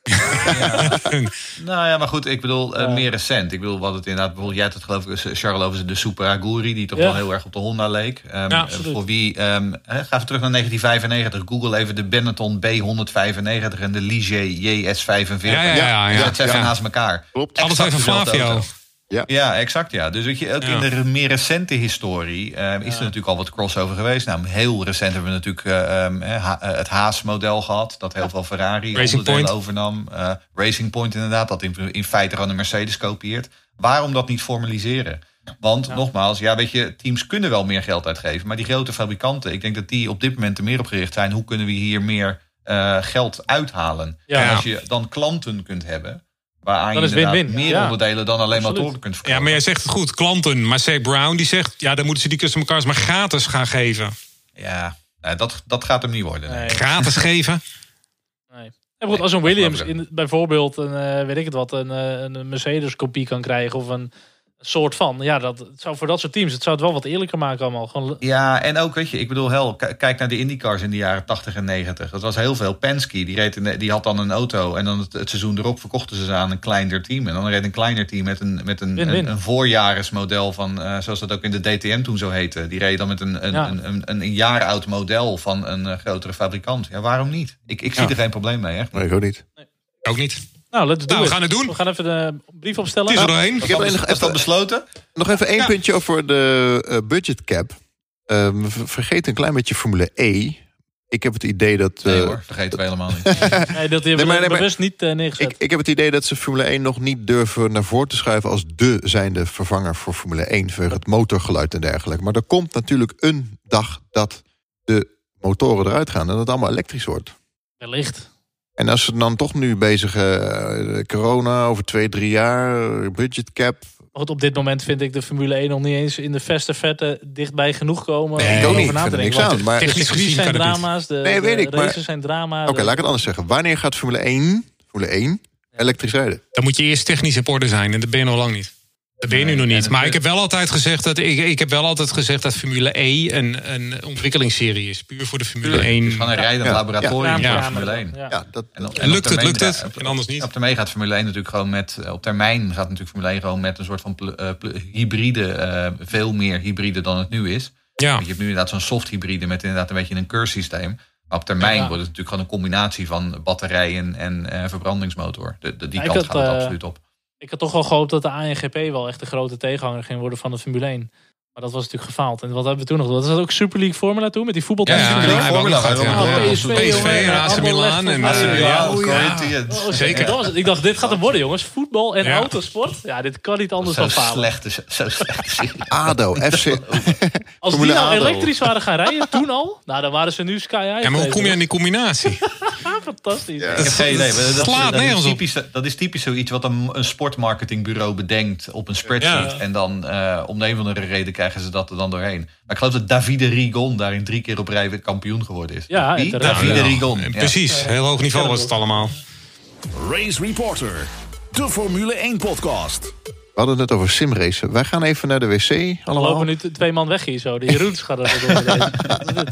S4: Ja. Nou ja, maar goed, ik bedoel, uh, meer recent. Ik bedoel, wat het inderdaad, bijvoorbeeld, jij had het geloof ik, Charles, over de Super Aguri, die toch ja. wel heel erg op de Honda leek. Um, ja, voor wie, um, he, ga even terug naar negentien vijfennegentig. Google even de Benetton B honderdvijfennegentig en de Ligier J S vijfenveertig.
S5: Ja, ja, ja. ja, ja.
S4: Zet ze even ja. naast elkaar.
S5: Klopt. Alles even Flavio.
S4: Ja. ja, exact. Ja. Dus weet je, ook ja. in de meer recente historie uh, is ja. er natuurlijk al wat crossover geweest. Nou, heel recent hebben we natuurlijk uh, um, ha- het Haas-model gehad. Dat heel ja. veel Ferrari onderdelen overnam. Uh, Racing Point inderdaad, dat in, in feite gewoon een Mercedes kopieert. Waarom dat niet formaliseren? Want ja. nogmaals, ja, weet je, teams kunnen wel meer geld uitgeven. Maar die grote fabrikanten, ik denk dat die op dit moment er meer op gericht zijn. Hoe kunnen we hier meer uh, geld uithalen? Ja. En als je dan klanten kunt hebben, waaraan je inderdaad win-win. meer ja. onderdelen dan alleen Absoluut. motoren kunt verkopen.
S5: Ja, maar jij zegt het goed, klanten. Maar Zak Brown die zegt, ja, dan moeten ze die customer cars maar gratis gaan geven.
S4: Ja, nou, dat, dat gaat hem niet worden. Nee.
S5: Gratis geven?
S3: Nee. En goed, als een Williams in, bijvoorbeeld een, uh, weet ik het wat, een, een Mercedes kopie kan krijgen of een soort van, ja, dat het zou voor dat soort teams, het zou het wel wat eerlijker maken allemaal. Gewoon...
S4: Ja, en ook, weet je, ik bedoel, hel, k- kijk naar de IndyCars in de jaren tachtig en negentig. Dat was heel veel. Penske, die, reed in de, die had dan een auto en dan het, het seizoen erop verkochten ze ze aan een kleiner team. En dan reed een kleiner team met een, met een, een, een voorjaarsmodel van, uh, zoals dat ook in de D T M toen zo heette. Die reed dan met een, een, ja. een, een, een, een jaar oud model van een uh, grotere fabrikant. Ja, waarom niet? Ik, ik zie ja. er geen probleem mee, echt.
S2: Nee, ik ook niet.
S5: Nee. Ook niet.
S3: Nou, let's do
S5: nou, we
S3: it.
S5: gaan het doen.
S3: We gaan even de brief opstellen.
S5: Het is er doorheen.
S4: Ik heb nog even, even besloten.
S2: Nog even één ja. puntje over de uh, budgetcap. Um, vergeet een klein beetje Formule E. Ik heb het idee dat... Uh,
S4: nee hoor, vergeten we helemaal niet.
S3: nee, dat hebben we nee, bewust niet uh, neergezet.
S2: Ik, ik heb het idee dat ze Formule één nog niet durven naar voren te schuiven als de zijnde vervanger voor Formule één. Voor het motorgeluid en dergelijke. Maar er komt natuurlijk een dag dat de motoren eruit gaan en dat het allemaal elektrisch wordt.
S3: Wellicht.
S2: En als ze dan toch nu bezig uh, corona over twee, drie jaar, budgetcap.
S3: Maar op dit moment vind ik de Formule één nog niet eens in de verste vette dichtbij genoeg komen.
S2: Nee, ik ook niet. Ik vind er niks aan.
S3: Maar de circuits zijn drama's, de, nee, weet de ik, races maar, zijn drama.
S2: Oké, okay, laat ik het anders zeggen. Wanneer gaat Formule één, Formule één elektrisch rijden?
S5: Dan moet je eerst technisch op orde zijn en dat ben je nog lang niet. Dat ben je nu nog niet. Maar ik heb wel altijd gezegd dat ik, ik heb wel altijd gezegd dat Formule E een, een ontwikkelingsserie is. Puur voor de Formule één.
S4: Het is van een rijdend ja. laboratorium ja. voor ja. Formule één.
S2: Ja. Ja, dat,
S4: en,
S5: en lukt het, lukt het. En, en anders niet.
S4: Op termijn gaat Formule één natuurlijk gewoon met... Op termijn gaat natuurlijk Formule één gewoon met een soort van pl, uh, pl, hybride. Uh, veel meer hybride dan het nu is.
S5: Ja.
S4: Want je hebt nu inderdaad zo'n soft hybride met inderdaad een beetje een cursysteem. Maar op termijn ja. wordt het natuurlijk gewoon een combinatie van batterijen en uh, verbrandingsmotor. De, de, die ja, kant had, gaat het uh, absoluut op.
S3: Ik had toch wel gehoopt dat de A N G P wel echt de grote tegenhanger ging worden van de Formule één. Maar dat was natuurlijk gefaald. En wat hebben we toen nog? Dat was ook Super League Formula toen met die voetbalteams.
S5: Ja, ja, ja, ja, Formula. Ja, ja.
S3: P S V,
S5: P S V en A C Milan. En
S4: A C Milan.
S5: Zeker.
S3: Dat was het. Ik dacht, dit gaat hem worden, jongens. Voetbal en ja. autosport. Ja, dit kan niet anders dan falen.
S4: Slechte, zo slecht.
S2: A D O, F C.
S3: Als die nou elektrisch waren gaan rijden, toen al, nou, dan waren ze nu sky high.
S5: Ja, maar hoe kom je aan die combinatie?
S3: Fantastisch.
S4: Ja. Ik heb geen idee. Dat, dat, dat, is typisch, dat is typisch zoiets wat een, een sportmarketingbureau bedenkt op een spreadsheet. Ja. En dan uh, om de een of andere reden krijgen ze dat er dan doorheen. Maar ik geloof dat Davide Rigon daarin drie keer op rij kampioen geworden is.
S3: Ja,
S4: Wie? Davide ja. Rigon.
S5: Ja. Precies, heel hoog niveau was het allemaal.
S1: Race Reporter, de Formule één podcast.
S2: We hadden het over simracen. Wij gaan even naar de wc.
S3: We
S2: Allemaal.
S3: lopen nu twee man weg hier zo. De Jeroens gaat er door. Deze.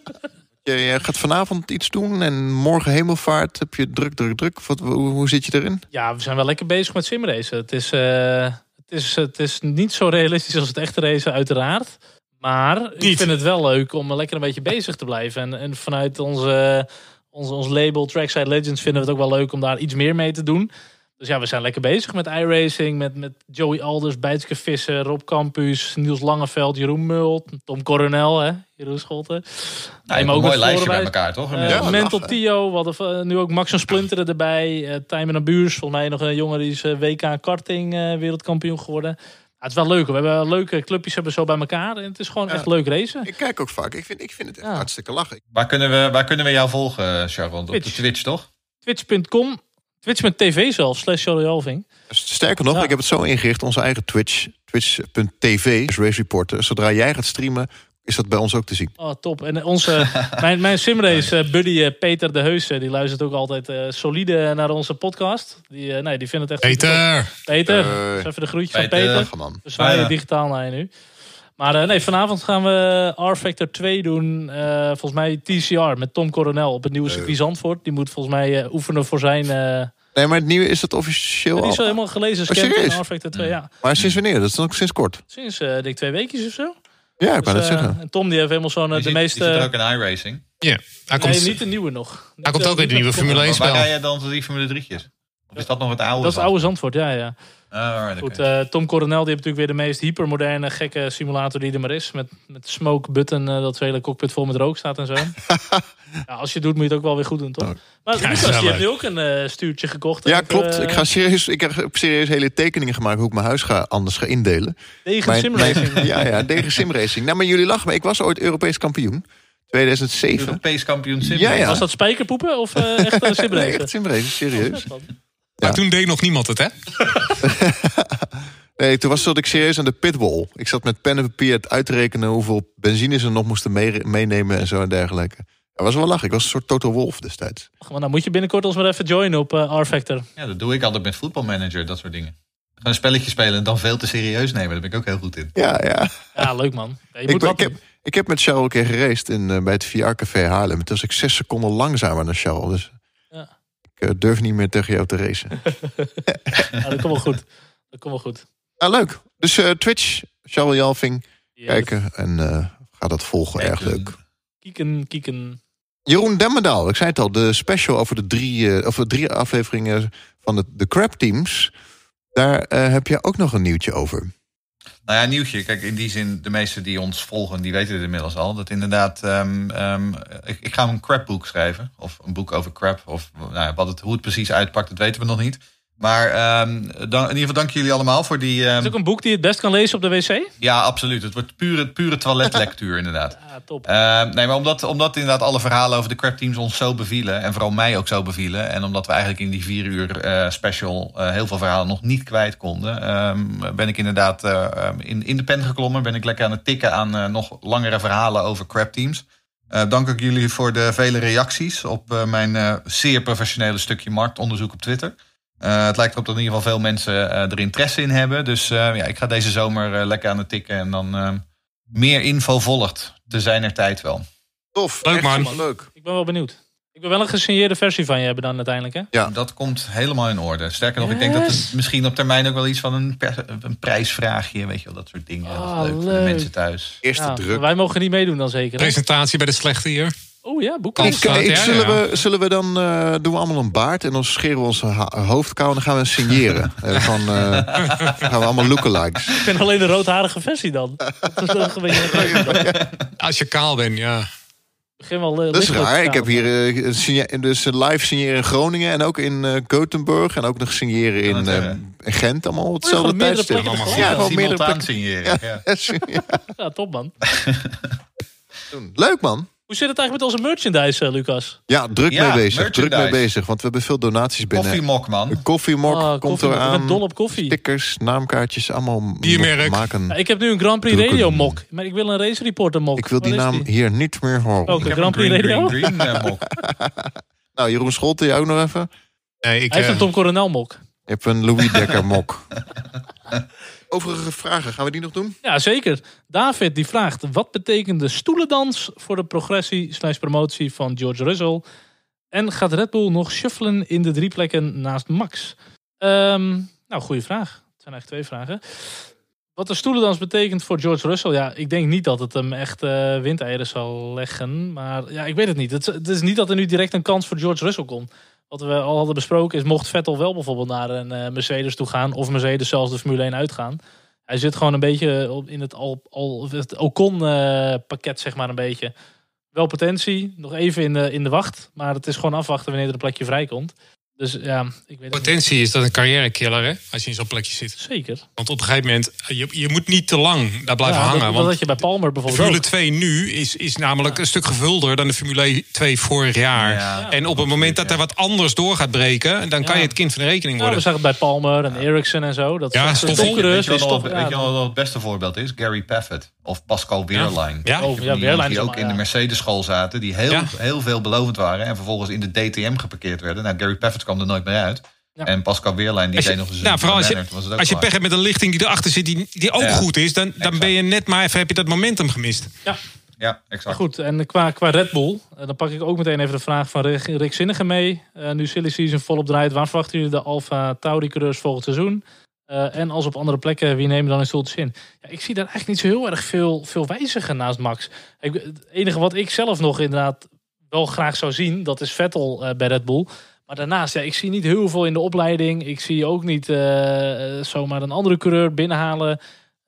S2: Je, je gaat vanavond iets doen en morgen hemelvaart heb je druk, druk, druk. Wat, hoe, hoe zit je erin?
S3: Ja, we zijn wel lekker bezig met simracen. Het is, uh, het is, het is niet zo realistisch als het echte racen, uiteraard. Maar ik
S5: Niet.
S3: vind het wel leuk om lekker een beetje bezig te blijven. En, en vanuit onze, onze, ons label Trackside Legends vinden we het ook wel leuk om daar iets meer mee te doen. Dus ja, we zijn lekker bezig met iRacing, met, met Joey Alders, Bijtske Visser, Rob Campus, Niels Langeveld, Jeroen Mult, Tom Coronel, hè, Jeroen Scholten.
S4: Nou, je hebt een mooi lijstje bij elkaar, toch?
S3: Uh,
S2: Ja,
S3: Mental
S2: lachen.
S3: Tio, we hadden uh, nu ook Max en Splinteren erbij. Uh, Tijmen en Buurs, volgens mij nog een jongen die is uh, W K karting uh, wereldkampioen geworden. Ja, het is wel leuk hoor. We hebben leuke clubjes hebben zo bij elkaar. En het is gewoon
S2: Ja.
S3: echt leuk racen.
S2: Ik kijk ook vaak. Ik vind, ik vind het echt
S3: Ja.
S2: hartstikke lachen.
S4: Waar kunnen we, waar kunnen we jou volgen, Sharon? Op de
S3: Twitch.
S4: Twitch, toch?
S3: Twitch punt com, Twitch punt tv zelfs, slash Charlie Alving.
S2: Sterker nog,
S3: Ja.
S2: ik heb het zo ingericht. Onze eigen Twitch, twitch punt tv, is Race Reporter. Zodra jij gaat streamen, is dat bij ons ook te zien.
S3: Oh, top. En onze, mijn, mijn simrace uh, buddy uh, Peter de Heuse, die luistert ook altijd uh, solide naar onze podcast. Die, uh, nee, die vindt het echt super
S5: Peter.
S3: top. Peter,
S2: Hey.
S3: dus even de groetjes
S4: Peter.
S3: van Peter.
S2: Lachen, man.
S3: We zwaaien
S4: Ah, ja.
S3: digitaal naar je nu. Maar uh, nee, vanavond gaan we R-Factor twee doen. Uh, volgens mij T C R met Tom Coronel op het nieuwe circuit Zandvoort. Die moet volgens mij uh, oefenen voor zijn... Uh,
S2: Nee, maar het nieuwe is dat officieel
S3: die is
S2: al.
S3: al helemaal gelezen.
S2: Oh,
S3: Scant
S2: serieus?
S3: in R-Factor twee, ja.
S2: Maar sinds wanneer? Dat is dan ook sinds kort.
S3: Sinds uh, denk ik twee weekjes of zo.
S2: Ja, ik wou
S3: Dus,
S2: net
S3: uh,
S2: zeggen.
S3: en Tom die heeft helemaal zo'n uh,
S4: Je
S3: de
S4: ziet,
S3: meeste...
S4: je ziet er ook in iRacing.
S5: Ja, hij
S3: nee,
S5: komt,
S3: niet de nieuwe nog.
S5: hij komt ook in de nieuwe Formule één
S4: Maar waar
S5: spel.
S4: ga jij dan voor die Formule drietjes? Of is dat nog het oude?
S3: Dat is het oude Zandvoort, ja, ja.
S4: Ah, alright,
S3: Goed,
S4: oké.
S3: uh, Tom Coronel die heeft natuurlijk weer de meest hypermoderne, gekke simulator die er maar is. Met, met smoke button, uh, dat zijn hele cockpit vol met rook staat en zo. Ja, als je het doet, moet je het ook wel weer goed doen, toch?
S2: Oh.
S3: Maar
S5: Ja,
S3: Lucas,
S5: is wel
S3: die heeft
S5: leuk.
S3: nu ook een uh, stuurtje gekocht.
S2: Ja,
S3: Even,
S2: klopt.
S3: uh,
S2: Ik, ga serieus, ik heb serieus hele tekeningen gemaakt hoe ik mijn huis ga, anders ga indelen.
S3: Tegen
S2: Mijn-
S3: simracing.
S2: mijn- ja, ja, tegen simracing. Nou, maar jullie lachen, maar ik was ooit Europees kampioen. tweeduizend zeven.
S4: Europees kampioen sim.
S2: Ja, ja.
S3: Was dat spijkerpoepen of uh, echt een simracing?
S2: Nee, echt simracing, serieus.
S5: Maar
S2: Ja.
S5: toen deed nog niemand het, hè?
S2: Nee, toen was, zat ik serieus aan de pitwall. Ik zat met pen en papier het uit te rekenen hoeveel benzine ze nog moesten mee- meenemen en zo en dergelijke. Dat was wel lachen. Ik was een soort Toto Wolff destijds.
S3: Ach, maar dan moet je binnenkort ons maar even joinen op uh, R-Factor.
S4: Ja, dat doe ik altijd met voetbalmanager, dat soort dingen. Gewoon een spelletje spelen en dan veel te serieus nemen. Daar ben ik ook heel goed in.
S2: Ja, ja.
S3: Ja, leuk man. Ja, je
S2: Ik,
S3: moet
S2: ben-
S3: wat
S2: ik, heb, ik heb met Charles een keer geraced in, uh, bij het V R-café Haarlem. Toen was ik zes seconden langzamer dan Charles. Dus
S3: Ja.
S2: ik uh, durf niet meer tegen jou te racen.
S3: Ja, dat komt wel goed. Dat komt wel goed.
S2: Ah, leuk. Dus uh, Twitch, Charles Jalving,
S3: Ja,
S2: kijken en uh, ga dat volgen. Erg leuk.
S3: Kieken, kieken.
S2: Jeroen Demmendaal, ik zei het al, de special over de drie, uh, over de drie afleveringen van de, de crap teams. Daar uh, heb je ook nog een nieuwtje over.
S4: Nou ja, nieuwtje. Kijk, in die zin, de meesten die ons volgen, die weten het inmiddels al. Dat inderdaad, um, um, ik, ik ga een crapboek schrijven. Of een boek over crap. Of nou ja, wat het, hoe het precies uitpakt, dat weten we nog niet. Maar um, dan, in ieder geval dank jullie allemaal voor die... Um,
S3: Is het ook een boek die je het best kan lezen op de wc?
S4: ja, absoluut. Het wordt pure, pure toiletlectuur inderdaad.
S3: Ja, top.
S4: Uh, nee, maar omdat, omdat inderdaad alle verhalen over de crap teams ons zo bevielen. En vooral mij ook zo bevielen. En omdat we eigenlijk in die vier uur uh, special uh, heel veel verhalen nog niet kwijt konden. Um, ben ik inderdaad uh, in, in de pen geklommen. Ben ik lekker aan het tikken aan uh, nog langere verhalen over crap teams. Uh, dank ook jullie voor de vele reacties op uh, mijn uh, zeer professionele stukje marktonderzoek op Twitter. Uh, het lijkt erop dat in ieder geval veel mensen uh, er interesse in hebben. Dus uh, ja, ik ga deze zomer uh, lekker aan het tikken. En dan uh, meer info volgt. Te zijner tijd wel.
S2: Tof.
S5: Leuk,
S2: echt
S5: man.
S2: helemaal leuk.
S3: Ik ben wel benieuwd. Ik wil wel een gesigneerde versie van je hebben dan uiteindelijk, hè?
S2: Ja.
S4: Dat komt helemaal in orde. Sterker nog, ik denk dat het misschien op termijn ook wel iets van een, per, een prijsvraagje, weet je wel, dat soort dingen.
S3: Oh,
S4: dat is leuk voor de
S3: leuk.
S4: mensen thuis.
S2: Eerste
S3: Ja,
S2: druk.
S3: wij mogen niet meedoen dan zeker, hè?
S5: Presentatie bij de slechte hier.
S3: Oh ja, boeken.
S5: Kan-
S2: Ik, ik,
S5: Ja,
S2: zullen,
S5: ja.
S2: We, zullen we dan uh, doen we allemaal een baard en dan scheren we onze ha- hoofd kou en dan gaan we signeren. En van, uh, gaan we allemaal lookalikes.
S3: Ik vind alleen de roodharige versie dan. Dat is nog een beetje
S5: Als je kaal bent, ja.
S3: begin wel uh,
S2: Dat is
S3: lichtelijk
S2: raar.
S3: te
S2: Ik heb
S3: gaan.
S2: hier uh, signa- dus live signeren in Groningen en ook in uh, Gothenburg en ook nog signeren in,
S4: Kan het,
S2: uh,
S4: uh,
S2: in Gent. Allemaal op
S3: Oh,
S2: hetzelfde
S3: gewoon meerdere
S2: tijdstip.
S3: plekken
S5: Ja,
S3: tegelijk.
S2: Ja, gewoon meerdere
S4: Simultaan
S2: plekken.
S4: signeren. Ja.
S2: Ja.
S3: Ja, top man.
S2: Doen. Leuk man.
S3: Hoe zit het eigenlijk met onze merchandise, uh, Lucas?
S2: Ja, druk
S4: Ja,
S2: mee bezig. Druk
S4: merchandise.
S2: mee bezig, want we hebben veel donaties binnen.
S4: Koffiemok,
S2: De
S4: man.
S2: koffiemok
S3: Ah,
S2: komt
S3: koffie,
S2: eraan.
S3: Ik ben dol op koffie.
S2: Stickers, naamkaartjes, allemaal
S5: Biermerk.
S2: maken.
S3: Ja, ik heb nu een Grand Prix
S2: Drukken.
S3: Radio mok. Maar ik wil een race reporter mok.
S2: Ik wil die
S3: Waar is
S2: naam hier niet meer horen.
S3: Ook
S4: Ik
S3: een
S4: heb
S3: Grand
S4: een
S3: Prix
S4: green,
S3: Radio?
S4: green, green uh, mok.
S2: Nou, Jeroen Scholte, jij ook nog even.
S5: Nee, ik,
S3: Hij heeft
S5: uh,
S3: een Tom Coronel mok.
S2: Je hebt een Louis Dekker mok. Overige vragen, gaan we die nog doen?
S3: Ja, zeker. David die vraagt, wat betekent de stoelendans voor de progressie slash promotie van George Russell? En gaat Red Bull nog shuffelen in de drie plekken naast Max? Um, nou, goede vraag. Het zijn eigenlijk twee vragen. Wat de stoelendans betekent voor George Russell? Ja, ik denk niet dat het hem echt uh, windeieren zal leggen. Maar ja, ik weet het niet. Het, het is niet dat er nu direct een kans voor George Russell komt. Wat we al hadden besproken is, mocht Vettel wel bijvoorbeeld naar een uh, Mercedes toe gaan, of Mercedes zelfs de Formule één uitgaan. Hij zit gewoon een beetje in het, al, al, het Ocon uh, pakket, zeg maar een beetje. Wel potentie, nog even in de, in de wacht. Maar het is gewoon afwachten wanneer er een plekje vrijkomt. Dus ja, ik weet
S5: potentie
S3: niet.
S5: Is dat een carrièrekiller, hè? Als je in zo'n plekje zit.
S3: Zeker.
S5: Want op een gegeven moment, je, je moet niet te lang daar blijven
S3: ja,
S5: hangen.
S3: Dat,
S5: want
S3: dat je bij Palmer bijvoorbeeld
S5: Formule
S3: ook.
S5: twee nu is, is namelijk ja. een stuk gevulder dan de Formule twee vorig jaar. Ja. En op het moment dat er wat anders door gaat breken, dan kan ja. je het kind van de rekening worden.
S3: Ja, we zagen het bij Palmer en Ericsson en zo. Dat
S5: ja,
S4: stoffel. Weet je wel wat het beste voorbeeld is? Gary Paffett of Pascal Wehrlein.
S5: Ja. Ja.
S3: Oh, ja,
S4: die,
S3: Wehrlein
S4: die ook in de Mercedes school zaten, die heel, ja. heel veelbelovend waren en vervolgens in de D T M geparkeerd werden. Nou, Gary Paffett kwam er nooit meer uit. Ja. En Pascal Wehrlein, die
S5: je,
S4: deed nog eens
S5: nou, vooral als je,
S4: was het ook
S5: als je pech hebt met een lichting die erachter zit, die, die ook ja. goed is, dan, dan ben je net maar even, heb je dat momentum gemist.
S3: Ja,
S4: ja exact.
S3: Goed, en qua, qua Red Bull, dan pak ik ook meteen even de vraag van Rick, Rick Zinnige mee. Uh, nu silly season volop draait, waar verwachten jullie de Alfa Tauri-coureurs volgend seizoen? Uh, en als op andere plekken, wie nemen dan in stoeltjes in? Ja, ik zie daar eigenlijk niet zo heel erg veel, veel wijzigen naast Max. Ik, het enige wat ik zelf nog inderdaad wel graag zou zien, dat is Vettel uh, bij Red Bull. Maar daarnaast, ja, ik zie niet heel veel in de opleiding. Ik zie ook niet uh, zomaar een andere coureur binnenhalen.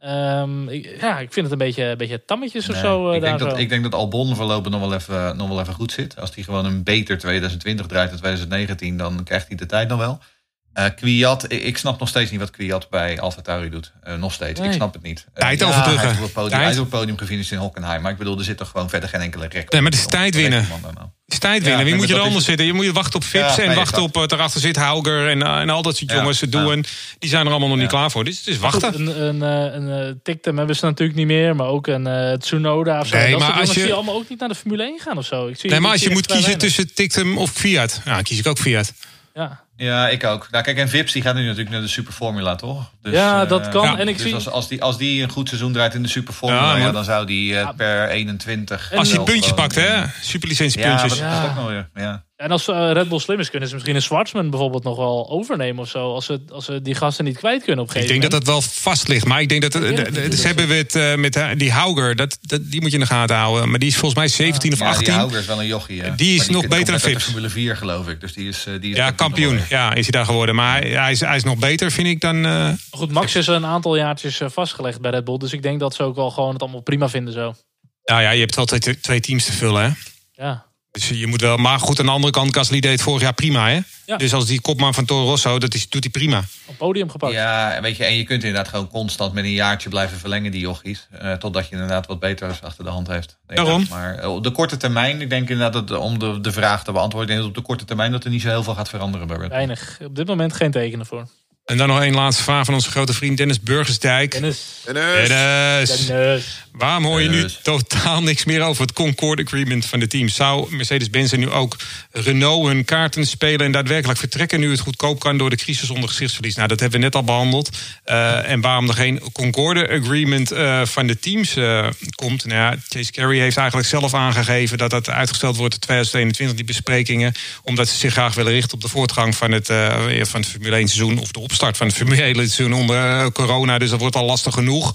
S3: Um, ik, ja, ik vind het een beetje, een beetje tammetjes nee, of zo. Uh,
S4: ik, denk
S3: daar
S4: dat,
S3: zo.
S4: ik denk dat Albon voorlopig nog wel even, nog wel even goed zit. Als hij gewoon een beter twintig twintig draait dan twintig negentien, dan krijgt hij de tijd nog wel. Uh, Kwiat, ik, ik snap nog steeds niet wat Kwiat bij AlphaTauri doet. Uh, nog steeds, nee. ik snap het niet. Uh,
S5: tijd
S4: ja,
S5: overbruggen.
S4: Hij heeft op het podium gefinished in Hockenheim. Maar ik bedoel, er zit toch gewoon verder geen enkele record.
S5: Nee, maar het is tijd winnen. Het is tijd winnen. Ja, Wie moet je er anders zitten? Je moet je wachten op Vips ja, en nee, wachten op... Uh, daarachter zit Hauger en, uh, en al dat soort ja, jongens. Ja. Doen. Die zijn er allemaal nog ja. niet klaar voor. Dus het is wachten.
S3: Goed, een een, een, een Tictum hebben ze natuurlijk niet meer. Maar ook een uh, Tsunoda of zo.
S5: Nee,
S3: dat
S5: maar als je...
S3: zie je allemaal ook niet naar de Formule één gaan of zo. Ik zie
S5: nee, maar als je moet kiezen
S3: weinig.
S5: tussen Tictum of Fiat. Ja, dan kies ik ook Fiat.
S3: Ja.
S4: Ja, ik ook. Nou, kijk, en Vips die gaat nu natuurlijk naar de Superformula, toch? Dus,
S3: ja, dat kan.
S5: Ja.
S3: En ik
S4: dus
S3: zie...
S4: als, als, die, als die een goed seizoen draait in de Superformula, ja, maar... ja, dan zou die uh, ja. per eenentwintig...
S5: Als je puntjes pakt, in... hè? Superlicentiepuntjes.
S4: Ja, dat is ook nog weer. Ja.
S3: En als uh, Red Bull slim is, kunnen ze misschien een Schwarzman bijvoorbeeld nog wel overnemen of zo. Als ze, als ze die gasten niet kwijt kunnen op een gegeven
S5: moment. Ik denk dat dat wel vast ligt. Maar ik denk dat... Het, de, de, de, ze hebben we het uh, met die Hauger. Dat, dat, die moet je in de gaten houden. Maar die is volgens mij zeventien ja. of achttien. Ja,
S4: die Hauger is wel een jochie. Ja.
S5: Die is
S4: die
S5: nog beter dan Vips.
S4: Formule vier geloof ik. Dus die is, uh, die is
S5: ja, kampioen. Ja, is hij daar geworden. Maar hij, hij, is, hij is nog beter, vind ik, dan... Uh,
S3: Goed, Max is een aantal jaartjes vastgelegd bij Red Bull. Dus ik denk dat ze ook wel gewoon het allemaal prima vinden zo.
S5: Nou ja, je hebt wel twee, twee teams te vullen, hè?
S3: Ja.
S5: Dus je moet wel, maar goed, aan de andere kant, Gasly deed vorig jaar prima, hè? Ja. Dus als die kopman van Toro Rosso, dat is, doet hij prima.
S3: Op podium gepakt.
S4: Ja, weet je, en je kunt inderdaad gewoon constant met een jaartje blijven verlengen, die jochies. Uh, totdat je inderdaad wat beters achter de hand heeft.
S5: Daarom.
S4: Maar op de korte termijn, ik denk inderdaad, dat, om de, de vraag te beantwoorden, denk dat op de korte termijn dat er niet zo heel veel gaat veranderen bij Red Bull.
S3: Weinig. Op dit moment geen tekenen voor.
S5: En dan nog één laatste vraag van onze grote vriend Dennis Burgersdijk.
S3: Dennis.
S5: Dennis. Dennis.
S3: Dennis.
S5: Waarom hoor je
S4: Dennis.
S5: nu totaal niks meer over het Concord Agreement van de teams? Zou Mercedes-Benz nu ook Renault hun kaarten spelen en daadwerkelijk vertrekken nu het goedkoop kan door de crisis onder gezichtsverlies? Nou, dat hebben we net al behandeld. Uh, en waarom er geen Concorde Agreement uh, van de teams uh, komt? Nou ja, Chase Carey heeft eigenlijk zelf aangegeven dat dat uitgesteld wordt tot twintig eenentwintig, die besprekingen. Omdat ze zich graag willen richten op de voortgang van het, uh, van het Formule één seizoen of de opstart van het Formule één seizoen onder uh, corona. Dus dat wordt al lastig genoeg.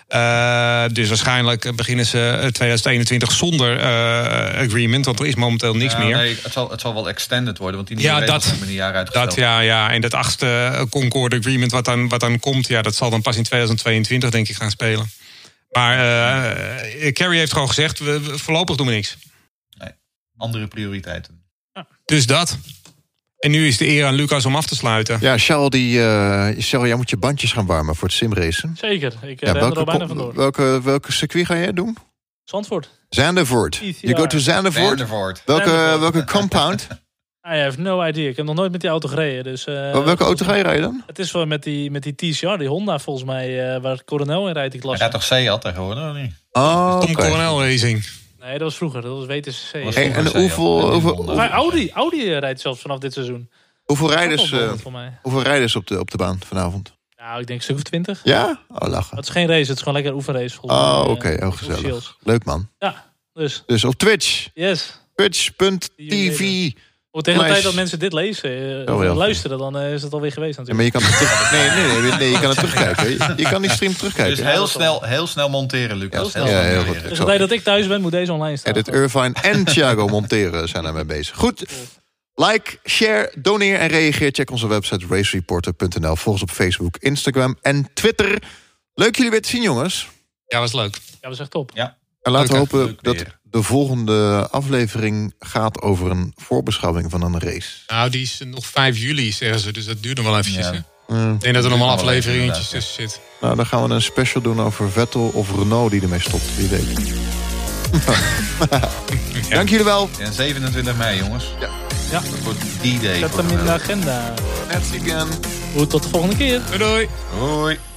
S5: Uh, dus waarschijnlijk beginnen ze twintig eenentwintig zonder uh, agreement, want er is momenteel niks
S4: ja,
S5: meer.
S4: Nee, het zal, het zal wel extended worden, want die nieuwe
S5: ja,
S4: regels
S5: dat,
S4: hebben een jaar uitgesteld.
S5: Dat, ja, ja, en dat achtste Concord Agreement wat dan, wat dan komt, ja, dat zal dan pas in twintig tweeëntwintig denk ik gaan spelen. Maar uh, Carey heeft gewoon gezegd, we, we, voorlopig doen we niks.
S4: Nee, andere prioriteiten.
S5: Ja. Dus dat. En nu is de eer aan Lucas om af te sluiten.
S2: Ja, Charles, die, uh, Charles, jij moet je bandjes gaan warmen voor het simracen.
S3: Zeker, ik
S2: ja,
S3: ren er al bijna vandoor.
S2: Welke, welke circuit ga jij doen?
S3: Zandvoort.
S2: Zandvoort. You go to Zandvoort?
S4: Zandvoort.
S2: Welke,
S3: Zandvoort.
S2: welke compound?
S3: I have no idea. Ik heb nog nooit met die auto gereden. Dus, uh,
S2: oh, welke auto ga je rijden dan?
S3: Het is wel met die, met die T C R, die Honda volgens mij, uh, waar het Coronel in rijdt. Die klasse.
S4: Hij gaat toch Seat tegenwoordig, of niet?
S2: Oh,
S5: Tom
S2: okay.
S5: Coronel Racing.
S3: Nee, dat was vroeger. Dat was W T C C.
S2: Hey, en hoeveel... hoeveel
S3: maar Audi, Audi rijdt zelfs vanaf dit seizoen.
S2: Hoeveel rijders,
S3: Dat is wel
S2: uh,
S3: voor mij.
S2: hoeveel rijders op de, op de baan vanavond?
S3: Nou, ik denk een stuk of twintig.
S2: Ja? Oh, lachen.
S3: Het is geen race, het is gewoon lekker een oefenrace.
S2: Oh, oké.
S3: Okay.
S2: Oh, gezellig. Leuk, man.
S3: Ja, dus.
S2: Dus op Twitch.
S3: Yes.
S2: Twitch punt t v.
S3: Oh, tegen de tijd dat mensen dit lezen, uh,
S2: oh,
S3: luisteren, dan uh, is het alweer geweest natuurlijk.
S2: Ja, maar je kan het terug... nee, nee, nee, nee, je kan het terugkijken. Je, je kan die stream terugkijken.
S4: Dus heel snel, heel snel monteren, Lucas.
S3: Heel snel.
S4: Heel
S2: ja, heel
S4: monteren.
S2: goed.
S3: Dus de tijd dat ik thuis ben, moet deze online staan.
S2: Edit Irvine en Thiago monteren zijn ermee bezig. Goed. Like, share, doneer en reageer. Check onze website racereporter punt n l. Volg ons op Facebook, Instagram en Twitter. Leuk jullie weer te zien, jongens.
S5: Ja, was leuk.
S3: Ja, was echt top.
S4: Ja.
S2: En laten we
S5: Leuk,
S2: hopen
S4: leuk
S2: dat
S4: weer.
S2: de volgende aflevering gaat over een voorbeschouwing van een race.
S5: Nou, die is nog vijf juli, zeggen ze. Dus dat duurt nog wel eventjes.
S4: Ja.
S5: Hè?
S2: Uh,
S5: Ik denk dat er nog wel
S4: wel even,
S5: afleveringetjes
S4: inderdaad,
S5: tussen zitten.
S2: nou, dan gaan we een special doen over Vettel of Renault die ermee stopt. Wie weet. Dank jullie wel.
S4: En zevenentwintig mei, jongens.
S2: Ja.
S3: Ja.
S4: Dat wordt die day.
S3: Zet
S4: voor
S3: hem in de
S4: de-
S3: agenda.
S2: Merci again.
S3: Goed, tot de volgende keer.
S5: Doei doei.
S4: Hoi.